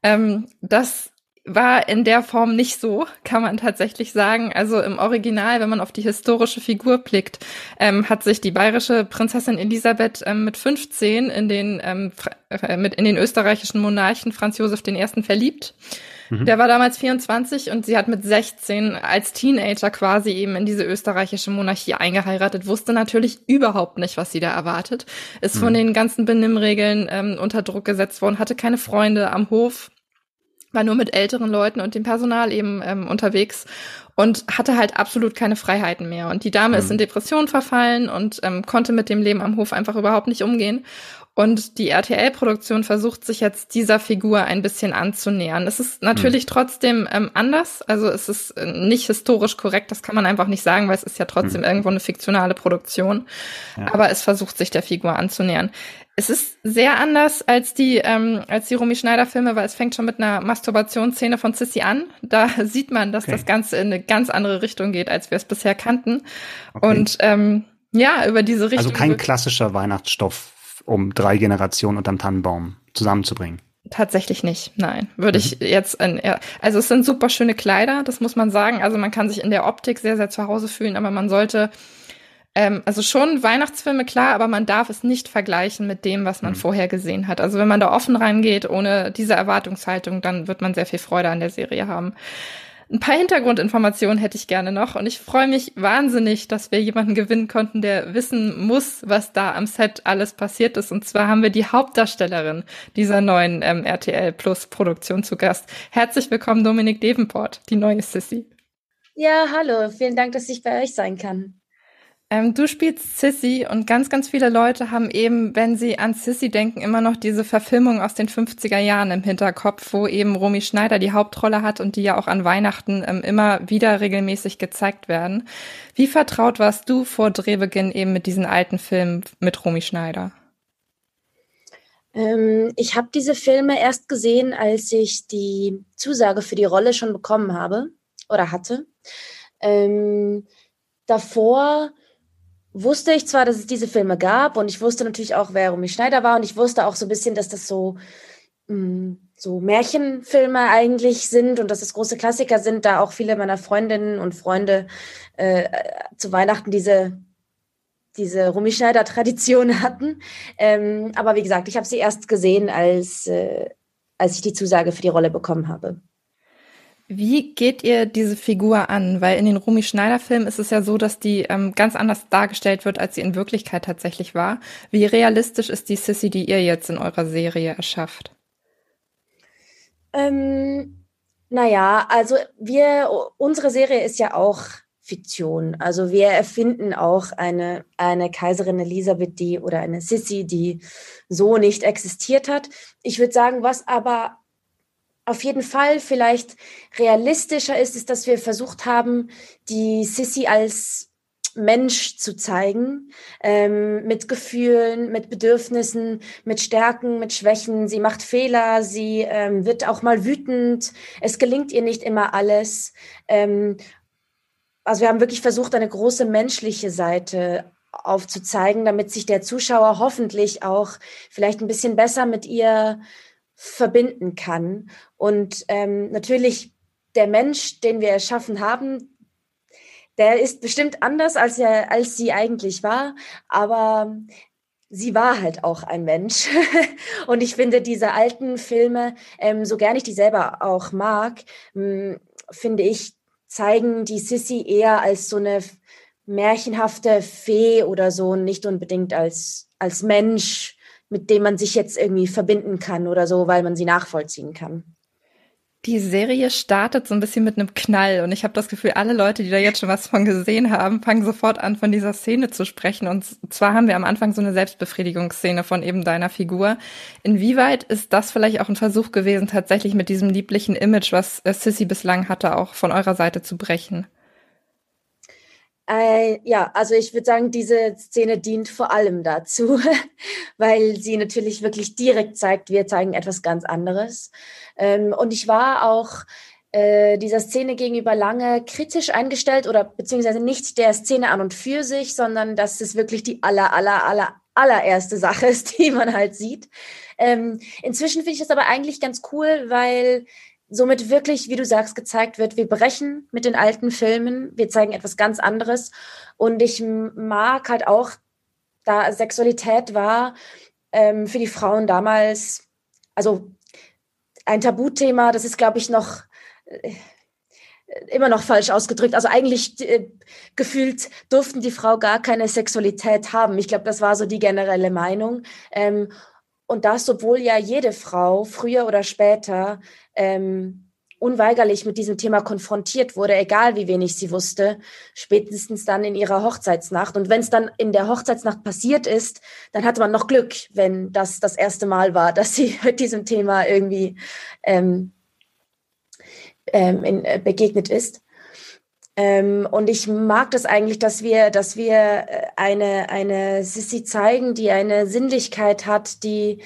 Das war in der Form nicht so, kann man tatsächlich sagen. Also im Original, wenn man auf die historische Figur blickt, hat sich die bayerische Prinzessin Elisabeth mit 15 in den österreichischen Monarchen Franz Josef I. verliebt. Der war damals 24 und sie hat mit 16 als Teenager quasi eben in diese österreichische Monarchie eingeheiratet, wusste natürlich überhaupt nicht, was sie da erwartet, ist von den ganzen Benimmregeln unter Druck gesetzt worden, hatte keine Freunde am Hof, war nur mit älteren Leuten und dem Personal eben unterwegs und hatte halt absolut keine Freiheiten mehr. Und die Dame ist in Depression verfallen und konnte mit dem Leben am Hof einfach überhaupt nicht umgehen. Und die RTL-Produktion versucht sich jetzt dieser Figur ein bisschen anzunähern. Es ist natürlich trotzdem anders, also es ist nicht historisch korrekt, das kann man einfach nicht sagen, weil es ist ja trotzdem irgendwo eine fiktionale Produktion. Ja. Aber es versucht sich der Figur anzunähern. Es ist sehr anders als die Romy Schneider-Filme, weil es fängt schon mit einer Masturbationsszene von Sissy an. Da sieht man, dass das Ganze in eine ganz andere Richtung geht, als wir es bisher kannten. Okay. Und über diese Richtung. Also kein klassischer Weihnachtsstoff, um 3 Generationen unterm Tannenbaum zusammenzubringen. Tatsächlich nicht, nein. Würde ich jetzt also es sind super schöne Kleider, das muss man sagen. Also man kann sich in der Optik sehr, sehr zu Hause fühlen, aber man sollte also schon Weihnachtsfilme, klar, aber man darf es nicht vergleichen mit dem, was man vorher gesehen hat. Also wenn man da offen reingeht, ohne diese Erwartungshaltung, dann wird man sehr viel Freude an der Serie haben. Ein paar Hintergrundinformationen hätte ich gerne noch und ich freue mich wahnsinnig, dass wir jemanden gewinnen konnten, der wissen muss, was da am Set alles passiert ist. Und zwar haben wir die Hauptdarstellerin dieser neuen RTL Plus Produktion zu Gast. Herzlich willkommen, Dominique Davenport, die neue Sissy. Ja, hallo, vielen Dank, dass ich bei euch sein kann. Du spielst Sissy und ganz, ganz viele Leute haben eben, wenn sie an Sissy denken, immer noch diese Verfilmung aus den 50er Jahren im Hinterkopf, wo eben Romy Schneider die Hauptrolle hat und die ja auch an Weihnachten immer wieder regelmäßig gezeigt werden. Wie vertraut warst du vor Drehbeginn eben mit diesen alten Filmen mit Romy Schneider? Ich habe diese Filme erst gesehen, als ich die Zusage für die Rolle schon bekommen habe oder hatte. Davor wusste ich zwar, dass es diese Filme gab und ich wusste natürlich auch, wer Romy Schneider war und ich wusste auch so ein bisschen, dass das so Märchenfilme eigentlich sind und dass es große Klassiker sind, da auch viele meiner Freundinnen und Freunde zu Weihnachten diese Romy Schneider-Tradition hatten. Aber wie gesagt, ich habe sie erst gesehen, als ich die Zusage für die Rolle bekommen habe. Wie geht ihr diese Figur an? Weil in den Romy Schneider-Filmen ist es ja so, dass die ganz anders dargestellt wird, als sie in Wirklichkeit tatsächlich war. Wie realistisch ist die Sissy, die ihr jetzt in eurer Serie erschafft? Naja, also unsere Serie ist ja auch Fiktion. Also wir erfinden auch eine Kaiserin Elisabeth, oder eine Sissi, die so nicht existiert hat. Ich würde sagen, was aber auf jeden Fall vielleicht realistischer ist, dass wir versucht haben, die Sissi als Mensch zu zeigen, mit Gefühlen, mit Bedürfnissen, mit Stärken, mit Schwächen. Sie macht Fehler, sie wird auch mal wütend. Es gelingt ihr nicht immer alles. Also wir haben wirklich versucht, eine große menschliche Seite aufzuzeigen, damit sich der Zuschauer hoffentlich auch vielleicht ein bisschen besser mit ihr verbinden kann. Und natürlich der Mensch, den wir erschaffen haben, der ist bestimmt anders, als sie eigentlich war, aber sie war halt auch ein Mensch. Und ich finde, diese alten Filme, so gern ich die selber auch mag, finde ich, zeigen die Sissi eher als so eine märchenhafte Fee oder so, nicht unbedingt als Mensch, mit dem man sich jetzt irgendwie verbinden kann oder so, weil man sie nachvollziehen kann. Die Serie startet so ein bisschen mit einem Knall und ich habe das Gefühl, alle Leute, die da jetzt schon was von gesehen haben, fangen sofort an, von dieser Szene zu sprechen. Und zwar haben wir am Anfang so eine Selbstbefriedigungsszene von eben deiner Figur. Inwieweit ist das vielleicht auch ein Versuch gewesen, tatsächlich mit diesem lieblichen Image, was Sissi bislang hatte, auch von eurer Seite zu brechen? Ja, also ich würde sagen, diese Szene dient vor allem dazu, weil sie natürlich wirklich direkt zeigt, wir zeigen etwas ganz anderes. Und ich war auch dieser Szene gegenüber lange kritisch eingestellt oder beziehungsweise nicht der Szene an und für sich, sondern dass es wirklich die allererste Sache ist, die man halt sieht. Inzwischen finde ich das aber eigentlich ganz cool, weil somit wirklich, wie du sagst, gezeigt wird, wir brechen mit den alten Filmen, wir zeigen etwas ganz anderes. Und ich mag halt auch, da Sexualität war für die Frauen damals, also ein Tabuthema, das ist, glaube ich, noch immer noch falsch ausgedrückt. Also eigentlich gefühlt durften die Frau gar keine Sexualität haben. Ich glaube, das war so die generelle Meinung. Und das, obwohl ja jede Frau früher oder später unweigerlich mit diesem Thema konfrontiert wurde, egal wie wenig sie wusste, spätestens dann in ihrer Hochzeitsnacht. Und wenn es dann in der Hochzeitsnacht passiert ist, dann hatte man noch Glück, wenn das erste Mal war, dass sie mit diesem Thema irgendwie begegnet ist. Und ich mag das eigentlich, dass wir eine Sissi zeigen, die eine Sinnlichkeit hat, die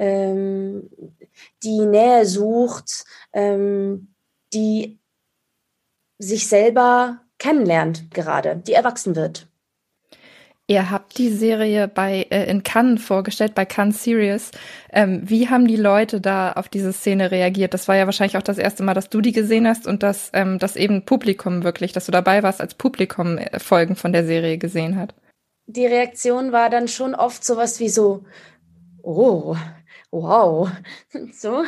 Nähe sucht, die sich selber kennenlernt gerade, die erwachsen wird. Ihr habt die Serie in Cannes vorgestellt, bei Cannes Series. Wie haben die Leute da auf diese Szene reagiert? Das war ja wahrscheinlich auch das erste Mal, dass du die gesehen hast und dass eben Publikum wirklich, dass du dabei warst, als Publikum Folgen von der Serie gesehen hat. Die Reaktion war dann schon oft sowas wie so, oh, wow, so.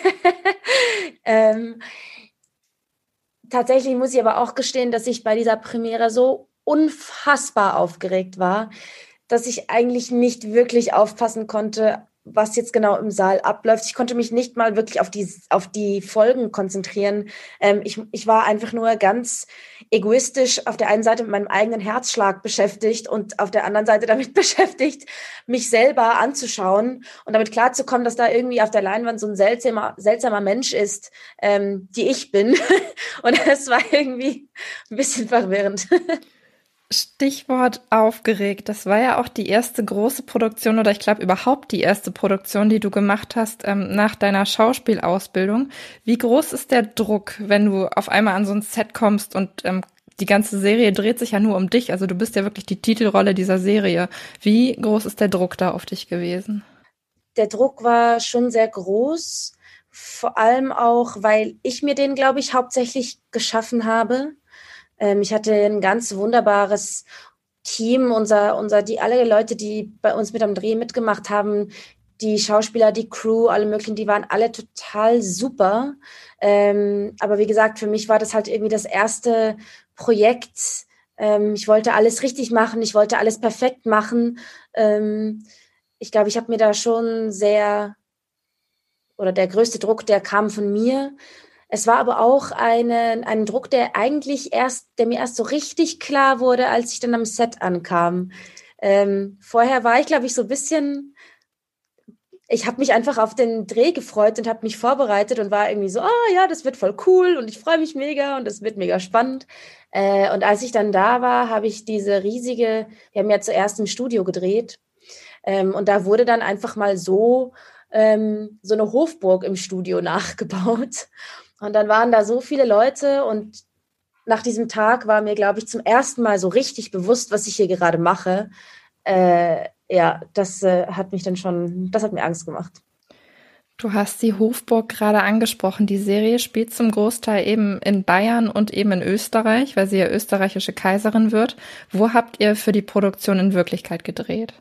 Tatsächlich muss ich aber auch gestehen, dass ich bei dieser Premiere so unfassbar aufgeregt war, dass ich eigentlich nicht wirklich aufpassen konnte, was jetzt genau im Saal abläuft. Ich konnte mich nicht mal wirklich auf die Folgen konzentrieren. Ich war einfach nur ganz egoistisch auf der einen Seite mit meinem eigenen Herzschlag beschäftigt und auf der anderen Seite damit beschäftigt, mich selber anzuschauen und damit klarzukommen, dass da irgendwie auf der Leinwand so ein seltsamer Mensch ist, die ich bin. Und das war irgendwie ein bisschen verwirrend. Stichwort aufgeregt. Das war ja auch die erste große Produktion oder ich glaube überhaupt die erste Produktion, die du gemacht hast nach deiner Schauspielausbildung. Wie groß ist der Druck, wenn du auf einmal an so ein Set kommst und die ganze Serie dreht sich ja nur um dich? Also du bist ja wirklich die Titelrolle dieser Serie. Wie groß ist der Druck da auf dich gewesen? Der Druck war schon sehr groß, vor allem auch, weil ich mir den, glaube ich, hauptsächlich geschaffen habe. Ich hatte ein ganz wunderbares Team, alle Leute, die bei uns mit am Dreh mitgemacht haben, die Schauspieler, die Crew, alle möglichen, die waren alle total super. Aber wie gesagt, für mich war das halt irgendwie das erste Projekt. Ich wollte alles richtig machen, ich wollte alles perfekt machen. Ich glaube, ich habe mir da schon der größte Druck, der kam von mir. Es war aber auch ein Druck, der mir erst so richtig klar wurde, als ich dann am Set ankam. Vorher war ich, glaube ich, so ein bisschen, ich habe mich einfach auf den Dreh gefreut und habe mich vorbereitet und war irgendwie so, ja, das wird voll cool und ich freue mich mega und das wird mega spannend. Und als ich dann da war, habe ich wir haben ja zuerst im Studio gedreht, und da wurde dann einfach mal so eine Hofburg im Studio nachgebaut. Und dann waren da so viele Leute und nach diesem Tag war mir, glaube ich, zum ersten Mal so richtig bewusst, was ich hier gerade mache. Das hat mir Angst gemacht. Du hast die Hofburg gerade angesprochen. Die Serie spielt zum Großteil eben in Bayern und eben in Österreich, weil sie ja österreichische Kaiserin wird. Wo habt ihr für die Produktion in Wirklichkeit gedreht?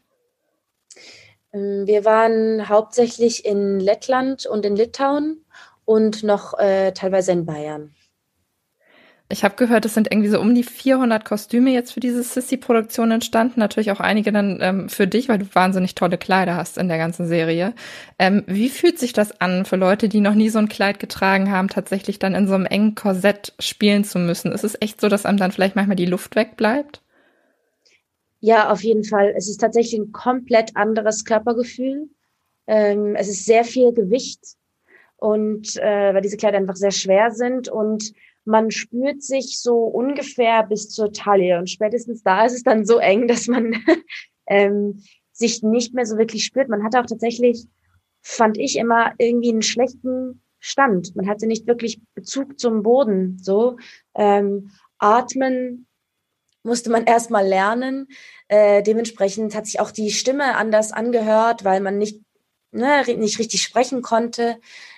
Wir waren hauptsächlich in Lettland und in Litauen und noch teilweise in Bayern. Ich habe gehört, es sind irgendwie so um die 400 Kostüme jetzt für diese Sissy-Produktion entstanden. Natürlich auch einige dann für dich, weil du wahnsinnig tolle Kleider hast in der ganzen Serie. Wie fühlt sich das an für Leute, die noch nie so ein Kleid getragen haben, tatsächlich dann in so einem engen Korsett spielen zu müssen? Ist es echt so, dass einem dann vielleicht manchmal die Luft wegbleibt? Ja, auf jeden Fall. Es ist tatsächlich ein komplett anderes Körpergefühl. Es ist sehr viel Gewicht und weil diese Kleider einfach sehr schwer sind und man spürt sich so ungefähr bis zur Taille und spätestens da ist es dann so eng, dass man sich nicht mehr so wirklich spürt. Man hatte auch tatsächlich, fand ich immer, irgendwie einen schlechten Stand. Man hatte nicht wirklich Bezug zum Boden. So atmen musste man erst mal lernen. Dementsprechend hat sich auch die Stimme anders angehört, weil man nicht richtig sprechen konnte.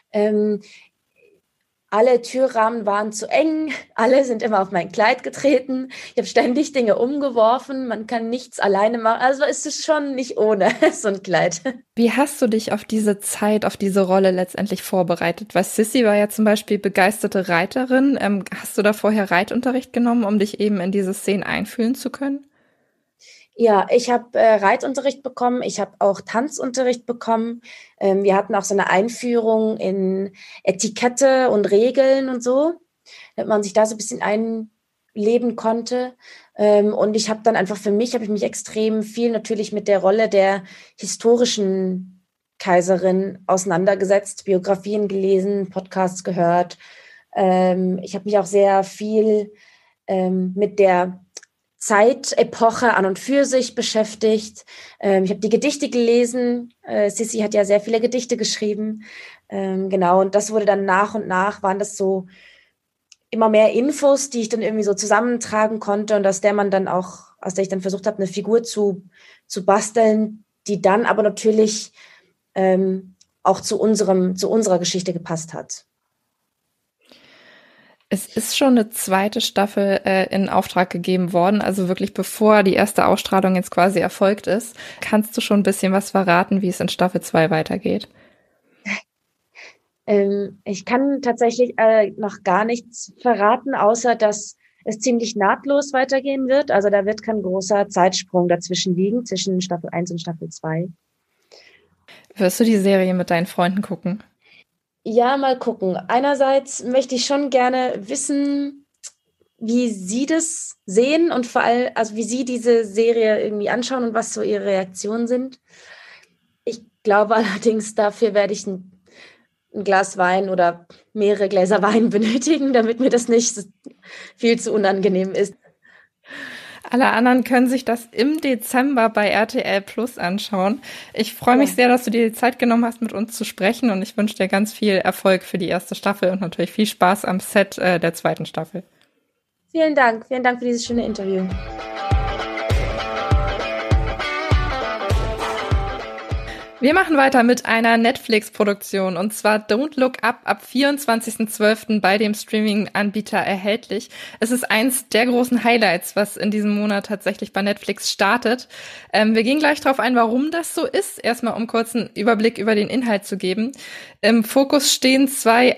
Alle Türrahmen waren zu eng, alle sind immer auf mein Kleid getreten. Ich habe ständig Dinge umgeworfen, man kann nichts alleine machen. Also es ist schon nicht ohne so ein Kleid. Wie hast du dich auf diese Zeit, auf diese Rolle letztendlich vorbereitet? Weil Sissy war ja zum Beispiel begeisterte Reiterin. Hast du da vorher Reitunterricht genommen, um dich eben in diese Szenen einfühlen zu können? Ja, ich habe Reitunterricht bekommen, ich habe auch Tanzunterricht bekommen. Wir hatten auch so eine Einführung in Etikette und Regeln und so, damit man sich da so ein bisschen einleben konnte. Und ich habe dann einfach habe ich mich extrem viel natürlich mit der Rolle der historischen Kaiserin auseinandergesetzt, Biografien gelesen, Podcasts gehört. Ich habe mich auch sehr viel mit der Zeitepoche an und für sich beschäftigt. Ich habe die Gedichte gelesen. Sissy hat ja sehr viele Gedichte geschrieben. Genau, und das wurde dann nach und nach, waren das so immer mehr Infos, die ich dann irgendwie so zusammentragen konnte und aus der ich dann versucht habe, eine Figur zu basteln, die dann aber natürlich auch zu unserer Geschichte gepasst hat. Es ist schon eine zweite Staffel in Auftrag gegeben worden, also wirklich bevor die erste Ausstrahlung jetzt quasi erfolgt ist. Kannst du schon ein bisschen was verraten, wie es in Staffel 2 weitergeht? Ich kann tatsächlich noch gar nichts verraten, außer dass es ziemlich nahtlos weitergehen wird. Also da wird kein großer Zeitsprung dazwischen liegen, zwischen Staffel 1 und Staffel 2. Wirst du die Serie mit deinen Freunden gucken? Ja, mal gucken. Einerseits möchte ich schon gerne wissen, wie Sie das sehen und vor allem, also wie Sie diese Serie irgendwie anschauen und was so Ihre Reaktionen sind. Ich glaube allerdings, dafür werde ich ein Glas Wein oder mehrere Gläser Wein benötigen, damit mir das nicht viel zu unangenehm ist. Alle anderen können sich das im Dezember bei RTL Plus anschauen. Ich freue mich sehr, dass du dir die Zeit genommen hast, mit uns zu sprechen und ich wünsche dir ganz viel Erfolg für die erste Staffel und natürlich viel Spaß am Set der zweiten Staffel. Vielen Dank für dieses schöne Interview. Wir machen weiter mit einer Netflix-Produktion und zwar Don't Look Up ab 24.12. bei dem Streaming-Anbieter erhältlich. Es ist eins der großen Highlights, was in diesem Monat tatsächlich bei Netflix startet. Wir gehen gleich darauf ein, warum das so ist. Erstmal, um kurz einen Überblick über den Inhalt zu geben. Im Fokus stehen 2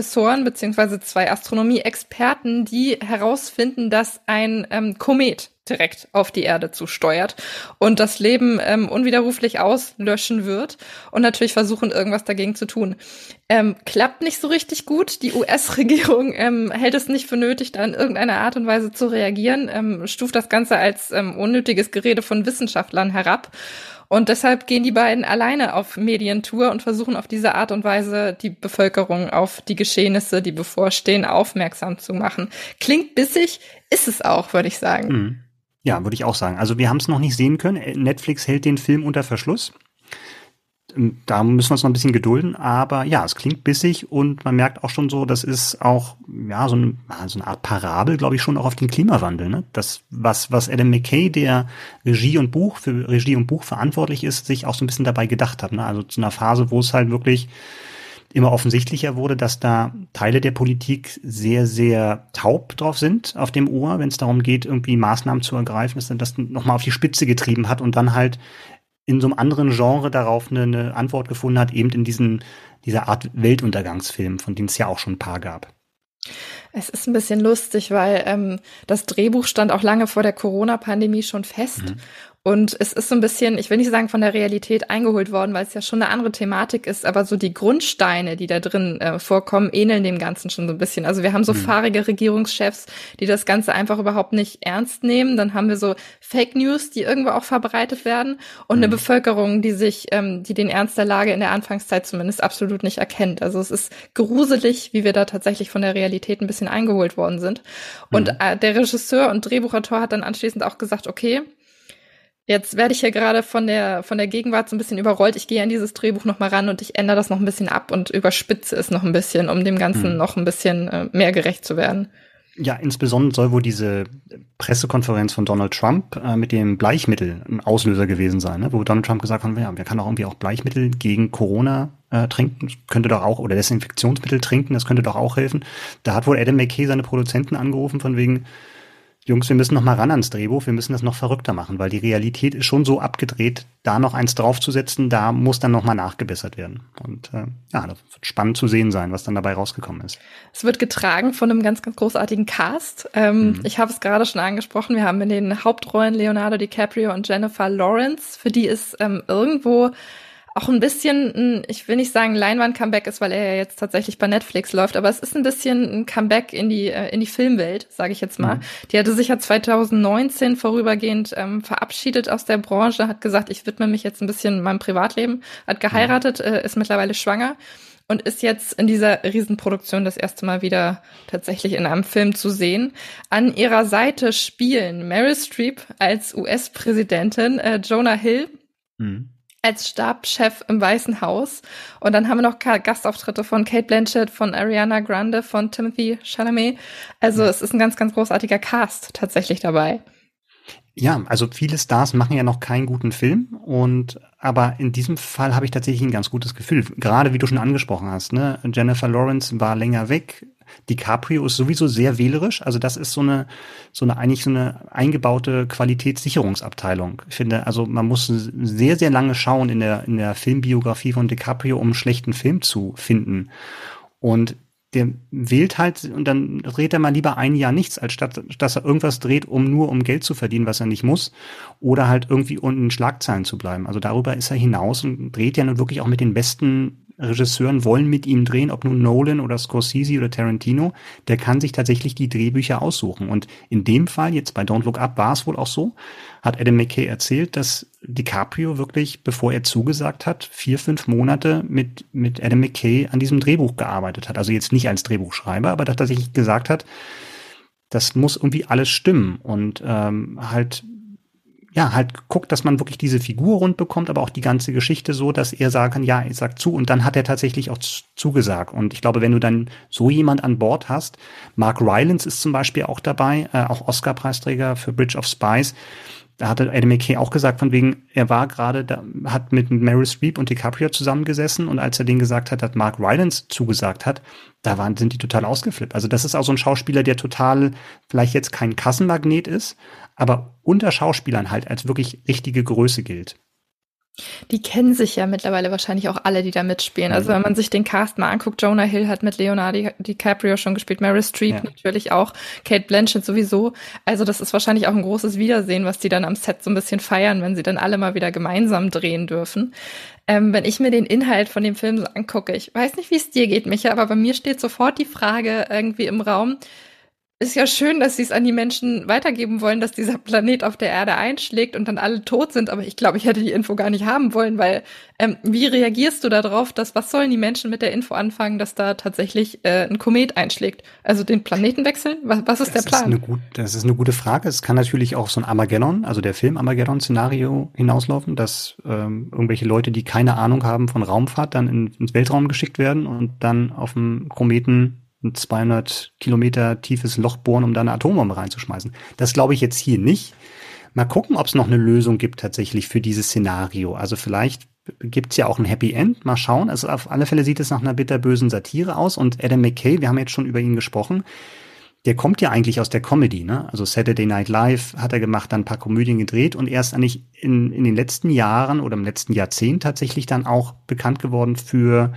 Astronomie-Professoren bzw. 2 Astronomie-Experten, die herausfinden, dass ein Komet direkt auf die Erde zusteuert und das Leben unwiderruflich auslöschen wird und natürlich versuchen, irgendwas dagegen zu tun. Klappt nicht so richtig gut. Die US-Regierung hält es nicht für nötig, da in irgendeiner Art und Weise zu reagieren, stuft das Ganze als unnötiges Gerede von Wissenschaftlern herab. Und deshalb gehen die beiden alleine auf Medientour und versuchen auf diese Art und Weise die Bevölkerung auf die Geschehnisse, die bevorstehen, aufmerksam zu machen. Klingt bissig, ist es auch, würde ich sagen. Ja, würde ich auch sagen. Also wir haben es noch nicht sehen können. Netflix hält den Film unter Verschluss. Da müssen wir uns noch ein bisschen gedulden, aber ja, es klingt bissig und man merkt auch schon so, das ist auch ja so eine Art Parabel, glaube ich, schon auch auf den Klimawandel. Ne? Das, was Adam McKay, der für Regie und Buch verantwortlich ist, sich auch so ein bisschen dabei gedacht hat. Ne? Also zu einer Phase, wo es halt wirklich immer offensichtlicher wurde, dass da Teile der Politik sehr, sehr taub drauf sind auf dem Ohr, wenn es darum geht, irgendwie Maßnahmen zu ergreifen, dass dann das nochmal auf die Spitze getrieben hat und dann halt in so einem anderen Genre darauf eine Antwort gefunden hat, eben in dieser Art Weltuntergangsfilm, von denen es ja auch schon ein paar gab. Es ist ein bisschen lustig, weil das Drehbuch stand auch lange vor der Corona-Pandemie schon fest. Und es ist so ein bisschen, ich will nicht sagen von der Realität eingeholt worden, weil es ja schon eine andere Thematik ist, aber so die Grundsteine, die da drin vorkommen, ähneln dem Ganzen schon so ein bisschen. Also wir haben so fahrige Regierungschefs, die das Ganze einfach überhaupt nicht ernst nehmen. Dann haben wir so Fake News, die irgendwo auch verbreitet werden und eine Bevölkerung, die den Ernst der Lage in der Anfangszeit zumindest absolut nicht erkennt. Also es ist gruselig, wie wir da tatsächlich von der Realität ein bisschen eingeholt worden sind. Und der Regisseur und Drehbuchautor hat dann anschließend auch gesagt, okay, jetzt werde ich hier gerade von der Gegenwart so ein bisschen überrollt. Ich gehe an dieses Drehbuch noch mal ran und ich ändere das noch ein bisschen ab und überspitze es noch ein bisschen, um dem Ganzen noch ein bisschen mehr gerecht zu werden. Ja, insbesondere soll wohl diese Pressekonferenz von Donald Trump mit dem Bleichmittel ein Auslöser gewesen sein, ne? Wo Donald Trump gesagt hat, ja, wir kann doch irgendwie auch Bleichmittel gegen Corona trinken, das könnte doch auch, oder Desinfektionsmittel trinken, das könnte doch auch helfen. Da hat wohl Adam McKay seine Produzenten angerufen von wegen, Jungs, wir müssen noch mal ran ans Drehbuch, wir müssen das noch verrückter machen, weil die Realität ist schon so abgedreht, da noch eins draufzusetzen, da muss dann noch mal nachgebessert werden. Und ja, das wird spannend zu sehen sein, was dann dabei rausgekommen ist. Es wird getragen von einem ganz, ganz großartigen Cast. Ich habe es gerade schon angesprochen, wir haben in den Hauptrollen Leonardo DiCaprio und Jennifer Lawrence, für die ist irgendwo auch ein bisschen, ich will nicht sagen Leinwand-Comeback ist, weil er ja jetzt tatsächlich bei Netflix läuft, aber es ist ein bisschen ein Comeback in die Filmwelt, sage ich jetzt mal. Die hatte sich ja 2019 vorübergehend verabschiedet aus der Branche, hat gesagt, ich widme mich jetzt ein bisschen meinem Privatleben, hat geheiratet, ist mittlerweile schwanger und ist jetzt in dieser Riesenproduktion das erste Mal wieder tatsächlich in einem Film zu sehen. An ihrer Seite spielen Meryl Streep als US-Präsidentin, Jonah Hill als Stabschef im Weißen Haus. Und dann haben wir noch Gastauftritte von Cate Blanchett, von Ariana Grande, von Timothée Chalamet. Also es ist ein ganz, ganz großartiger Cast tatsächlich dabei. Ja, also viele Stars machen ja noch keinen guten Film aber in diesem Fall habe ich tatsächlich ein ganz gutes Gefühl. Gerade wie du schon angesprochen hast, ne? Jennifer Lawrence war länger weg. DiCaprio ist sowieso sehr wählerisch. Also das ist so eine eingebaute Qualitätssicherungsabteilung. Ich finde, also man muss sehr, sehr lange schauen in der Filmbiografie von DiCaprio, um einen schlechten Film zu finden. Und der wählt halt, und dann dreht er mal lieber ein Jahr nichts, als statt dass er irgendwas dreht, um Geld zu verdienen, was er nicht muss, oder halt irgendwie unten in Schlagzeilen zu bleiben. Also darüber ist er hinaus und dreht ja nun wirklich auch mit den besten Regisseuren, wollen mit ihm drehen, ob nun Nolan oder Scorsese oder Tarantino, der kann sich tatsächlich die Drehbücher aussuchen. Und in dem Fall, jetzt bei Don't Look Up, war es wohl auch so, hat Adam McKay erzählt, dass DiCaprio wirklich, bevor er zugesagt hat, 4-5 Monate mit Adam McKay an diesem Drehbuch gearbeitet hat. Also jetzt nicht als Drehbuchschreiber, aber dass er sich gesagt hat, das muss irgendwie alles stimmen und halt guckt, dass man wirklich diese Figur rund bekommt, aber auch die ganze Geschichte so, dass er sagen kann, ja, ich sag zu. Und dann hat er tatsächlich auch zugesagt. Und ich glaube, wenn du dann so jemand an Bord hast, Mark Rylance ist zum Beispiel auch dabei, auch Oscar-Preisträger für Bridge of Spies. Da hatte Adam McKay auch gesagt, von wegen, er war gerade da, hat mit Meryl Streep und DiCaprio zusammengesessen und als er denen gesagt hat, dass Mark Rylance zugesagt hat, sind die total ausgeflippt. Also das ist auch so ein Schauspieler, der total vielleicht jetzt kein Kassenmagnet ist, aber unter Schauspielern halt als wirklich richtige Größe gilt. Die kennen sich ja mittlerweile wahrscheinlich auch alle, die da mitspielen. Also wenn man sich den Cast mal anguckt, Jonah Hill hat mit Leonardo DiCaprio schon gespielt, Meryl Streep natürlich auch, Cate Blanchett sowieso. Also das ist wahrscheinlich auch ein großes Wiedersehen, was die dann am Set so ein bisschen feiern, wenn sie dann alle mal wieder gemeinsam drehen dürfen. Wenn ich mir den Inhalt von dem Film so angucke, ich weiß nicht, wie es dir geht, Micha, aber bei mir steht sofort die Frage irgendwie im Raum, ist ja schön, dass sie es an die Menschen weitergeben wollen, dass dieser Planet auf der Erde einschlägt und dann alle tot sind. Aber ich glaube, ich hätte die Info gar nicht haben wollen, weil wie reagierst du darauf, was sollen die Menschen mit der Info anfangen, dass da tatsächlich ein Komet einschlägt? Also den Planeten wechseln? Was ist der Plan? Das ist eine gute Frage. Es kann natürlich auch so ein Armageddon, also der Film Armageddon-Szenario hinauslaufen, dass irgendwelche Leute, die keine Ahnung haben von Raumfahrt, dann ins Weltraum geschickt werden und dann auf dem Kometen ein 200 Kilometer tiefes Loch bohren, um da eine Atombombe reinzuschmeißen. Das glaube ich jetzt hier nicht. Mal gucken, ob es noch eine Lösung gibt tatsächlich für dieses Szenario. Also vielleicht gibt's ja auch ein Happy End. Mal schauen. Also auf alle Fälle sieht es nach einer bitterbösen Satire aus. Und Adam McKay, wir haben jetzt schon über ihn gesprochen, der kommt ja eigentlich aus der Comedy, ne? Also Saturday Night Live hat er gemacht, dann ein paar Komödien gedreht und er ist eigentlich in den letzten Jahren oder im letzten Jahrzehnt tatsächlich dann auch bekannt geworden für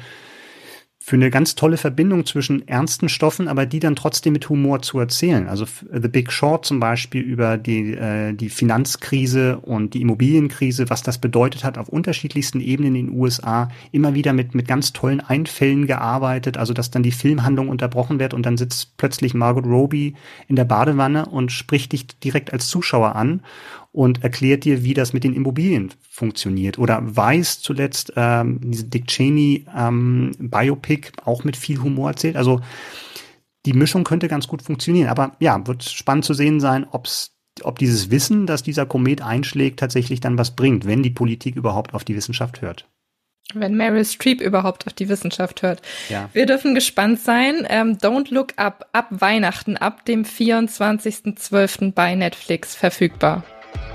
eine ganz tolle Verbindung zwischen ernsten Stoffen, aber die dann trotzdem mit Humor zu erzählen. Also The Big Short zum Beispiel über die Finanzkrise und die Immobilienkrise, was das bedeutet hat auf unterschiedlichsten Ebenen in den USA, immer wieder mit ganz tollen Einfällen gearbeitet, also dass dann die Filmhandlung unterbrochen wird und dann sitzt plötzlich Margot Robbie in der Badewanne und spricht dich direkt als Zuschauer an und erklärt dir, wie das mit den Immobilien funktioniert. Oder Vice zuletzt, diese Dick Cheney Biopic, auch mit viel Humor erzählt. Also die Mischung könnte ganz gut funktionieren. Aber ja, wird spannend zu sehen sein, ob dieses Wissen, dass dieser Komet einschlägt, tatsächlich dann was bringt, wenn die Politik überhaupt auf die Wissenschaft hört. Wenn Meryl Streep überhaupt auf die Wissenschaft hört. Ja. Wir dürfen gespannt sein. Don't Look Up, ab Weihnachten, ab dem 24.12. bei Netflix verfügbar.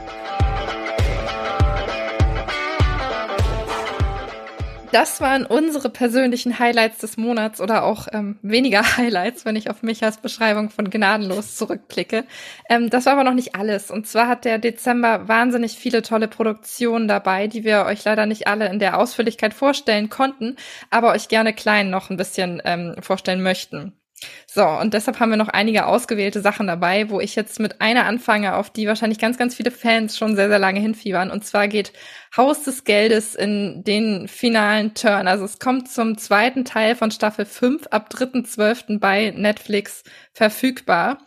Das waren unsere persönlichen Highlights des Monats oder auch weniger Highlights, wenn ich auf Michas Beschreibung von Gnadenlos zurückblicke. Das war aber noch nicht alles. Und zwar hat der Dezember wahnsinnig viele tolle Produktionen dabei, die wir euch leider nicht alle in der Ausführlichkeit vorstellen konnten, aber euch gerne klein noch ein bisschen vorstellen möchten. So, und deshalb haben wir noch einige ausgewählte Sachen dabei, wo ich jetzt mit einer anfange, auf die wahrscheinlich ganz, ganz viele Fans schon sehr, sehr lange hinfiebern. Und zwar geht Haus des Geldes in den finalen Turn. Also es kommt zum zweiten Teil von Staffel 5 ab 3.12. bei Netflix verfügbar.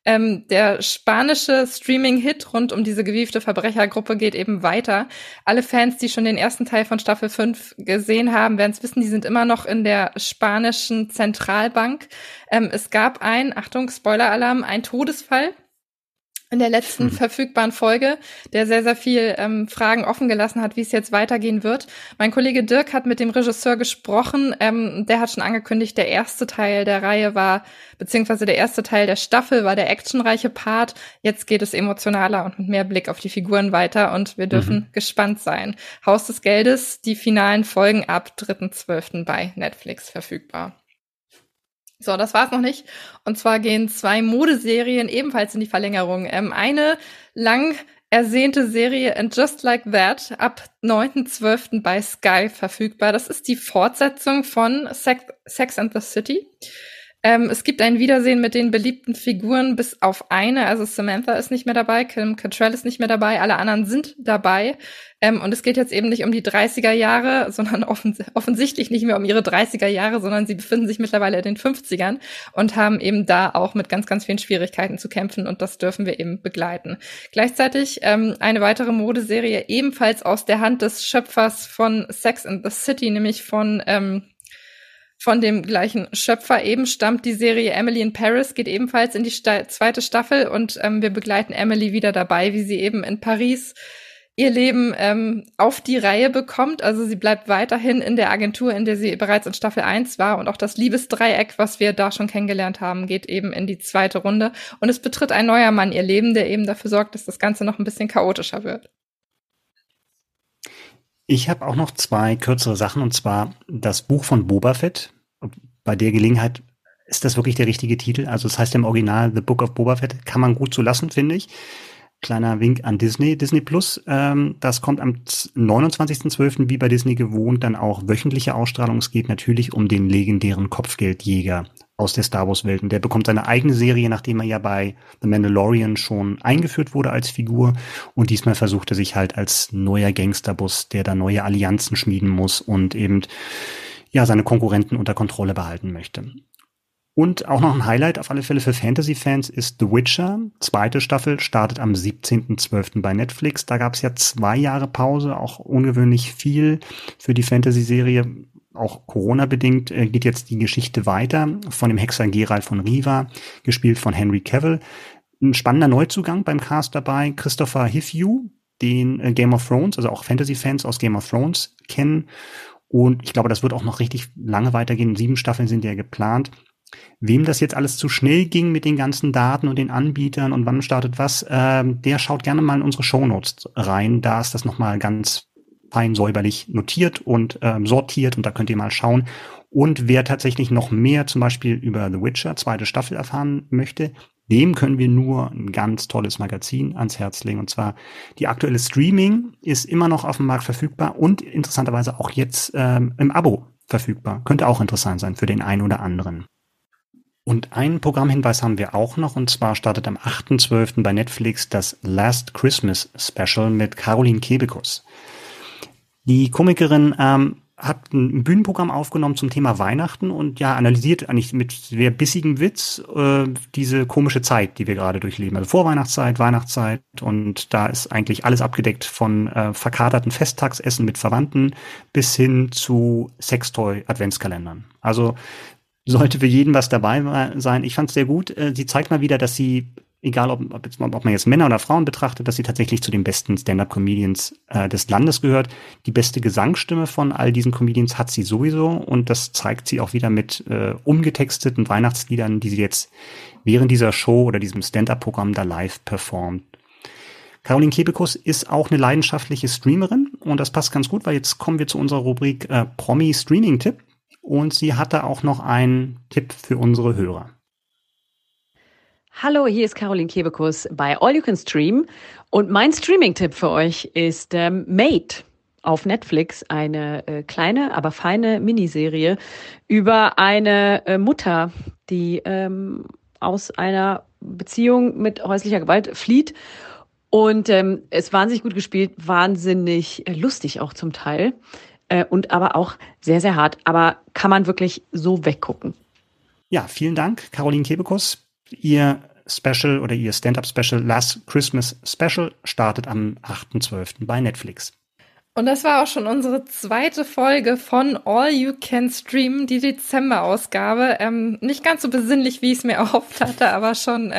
Der spanische Streaming-Hit rund um diese gewiefte Verbrechergruppe geht eben weiter. Alle Fans, die schon den ersten Teil von Staffel 5 gesehen haben, werden es wissen, die sind immer noch in der spanischen Zentralbank. Es gab Achtung, Spoiler-Alarm, ein Todesfall in der letzten verfügbaren Folge, der sehr, sehr viel Fragen offen gelassen hat, wie es jetzt weitergehen wird. Mein Kollege Dirk hat mit dem Regisseur gesprochen. Der hat schon angekündigt, der erste Teil der Reihe war, beziehungsweise der erste Teil der Staffel war der actionreiche Part. Jetzt geht es emotionaler und mit mehr Blick auf die Figuren weiter und wir dürfen gespannt sein. Haus des Geldes, die finalen Folgen ab 3.12. bei Netflix verfügbar. So, das war's noch nicht. Und zwar gehen 2 Modeserien ebenfalls in die Verlängerung. Eine lang ersehnte Serie And Just Like That ab 9.12. bei Sky verfügbar. Das ist die Fortsetzung von Sex and the City. Es gibt ein Wiedersehen mit den beliebten Figuren bis auf eine. Also Samantha ist nicht mehr dabei, Kim Cattrall ist nicht mehr dabei, alle anderen sind dabei. Und es geht jetzt eben nicht um die 30er Jahre, sondern offensichtlich nicht mehr um ihre 30er Jahre, sondern sie befinden sich mittlerweile in den 50ern und haben eben da auch mit ganz, ganz vielen Schwierigkeiten zu kämpfen und das dürfen wir eben begleiten. Gleichzeitig eine weitere Modeserie ebenfalls aus der Hand des Schöpfers von Sex and the City, nämlich von dem gleichen Schöpfer eben stammt die Serie Emily in Paris, geht ebenfalls in die zweite Staffel und wir begleiten Emily wieder dabei, wie sie eben in Paris ihr Leben auf die Reihe bekommt. Also sie bleibt weiterhin in der Agentur, in der sie bereits in Staffel 1 war und auch das Liebesdreieck, was wir da schon kennengelernt haben, geht eben in die zweite Runde und es betritt ein neuer Mann ihr Leben, der eben dafür sorgt, dass das Ganze noch ein bisschen chaotischer wird. Ich habe auch noch 2 kürzere Sachen, und zwar das Buch von Boba Fett. Bei der Gelegenheit ist das wirklich der richtige Titel. Also es heißt im Original The Book of Boba Fett. Kann man gut so lassen, finde ich. Kleiner Wink an Disney. Disney Plus, das kommt am 29.12. wie bei Disney gewohnt dann auch wöchentliche Ausstrahlung. Es geht natürlich um den legendären Kopfgeldjäger aus der Star Wars Welt. Und der bekommt seine eigene Serie, nachdem er ja bei The Mandalorian schon eingeführt wurde als Figur. Und diesmal versucht er sich halt als neuer Gangsterboss, der da neue Allianzen schmieden muss und eben ja seine Konkurrenten unter Kontrolle behalten möchte. Und auch noch ein Highlight auf alle Fälle für Fantasy-Fans ist The Witcher. 2. Staffel startet am 17.12. bei Netflix. Da gab es ja 2 Jahre Pause, auch ungewöhnlich viel für die Fantasy-Serie. Auch Corona-bedingt geht jetzt die Geschichte weiter von dem Hexer Geralt von Riva, gespielt von Henry Cavill. Ein spannender Neuzugang beim Cast dabei, Christopher Hivju, den Game of Thrones, also auch Fantasy-Fans aus Game of Thrones kennen. Und ich glaube, das wird auch noch richtig lange weitergehen. 7 Staffeln sind ja geplant. Wem das jetzt alles zu schnell ging mit den ganzen Daten und den Anbietern und wann startet was, der schaut gerne mal in unsere Shownotes rein. Da ist das nochmal ganz fein säuberlich notiert und sortiert und da könnt ihr mal schauen. Und wer tatsächlich noch mehr zum Beispiel über The Witcher 2. Staffel erfahren möchte, dem können wir nur ein ganz tolles Magazin ans Herz legen. Und zwar die aktuelle Streaming ist immer noch auf dem Markt verfügbar und interessanterweise auch jetzt im Abo verfügbar. Könnte auch interessant sein für den einen oder anderen. Und einen Programmhinweis haben wir auch noch, und zwar startet am 8.12. bei Netflix das Last Christmas Special mit Caroline Kebekus. Die Komikerin hat ein Bühnenprogramm aufgenommen zum Thema Weihnachten und ja, analysiert eigentlich mit sehr bissigem Witz diese komische Zeit, die wir gerade durchleben. Also Vorweihnachtszeit, Weihnachtszeit, und da ist eigentlich alles abgedeckt von verkaterten Festtagsessen mit Verwandten bis hin zu Sextoy-Adventskalendern. Also sollte für jeden was dabei sein. Ich fand es sehr gut. Sie zeigt mal wieder, dass sie, egal ob man jetzt Männer oder Frauen betrachtet, dass sie tatsächlich zu den besten Stand-up-Comedians des Landes gehört. Die beste Gesangsstimme von all diesen Comedians hat sie sowieso, und das zeigt sie auch wieder mit umgetexteten Weihnachtsliedern, die sie jetzt während dieser Show oder diesem Stand-up-Programm da live performt. Caroline Kebekus ist auch eine leidenschaftliche Streamerin, und das passt ganz gut, weil jetzt kommen wir zu unserer Rubrik Promi-Streaming-Tipp. Und sie hatte auch noch einen Tipp für unsere Hörer. Hallo, hier ist Caroline Kebekus bei All You Can Stream. Und mein Streaming-Tipp für euch ist Made auf Netflix. Eine kleine, aber feine Miniserie über eine Mutter, die aus einer Beziehung mit häuslicher Gewalt flieht. Und ist wahnsinnig gut gespielt, wahnsinnig lustig auch zum Teil. Und aber auch sehr, sehr hart. Aber kann man wirklich so weggucken. Ja, vielen Dank, Caroline Kebekus. Ihr Special oder ihr Stand-Up-Special Last Christmas Special startet am 8.12. bei Netflix. Und das war auch schon unsere 2. Folge von All You Can Stream, die Dezember-Ausgabe. Nicht ganz so besinnlich, wie ich es mir erhofft hatte, aber schon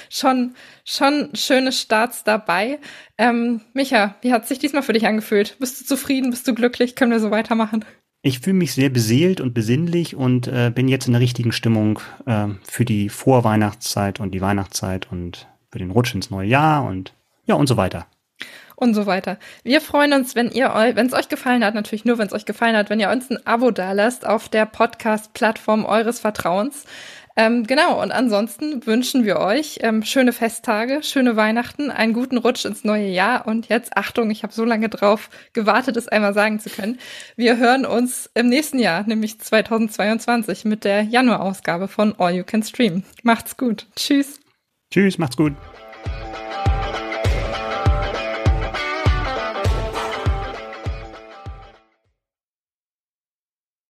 schöne Starts dabei. Micha, wie hat es sich diesmal für dich angefühlt? Bist du zufrieden? Bist du glücklich? Können wir so weitermachen? Ich fühle mich sehr beseelt und besinnlich und bin jetzt in der richtigen Stimmung für die Vorweihnachtszeit und die Weihnachtszeit und für den Rutsch ins neue Jahr und ja und so weiter. Und so weiter. Wir freuen uns, wenn es euch gefallen hat, natürlich nur, wenn es euch gefallen hat, wenn ihr uns ein Abo dalasst auf der Podcast-Plattform eures Vertrauens. Genau, und ansonsten wünschen wir euch schöne Festtage, schöne Weihnachten, einen guten Rutsch ins neue Jahr. Und jetzt, Achtung, ich habe so lange drauf gewartet, es einmal sagen zu können. Wir hören uns im nächsten Jahr, nämlich 2022, mit der Januarausgabe von All You Can Stream. Macht's gut. Tschüss. Tschüss, macht's gut.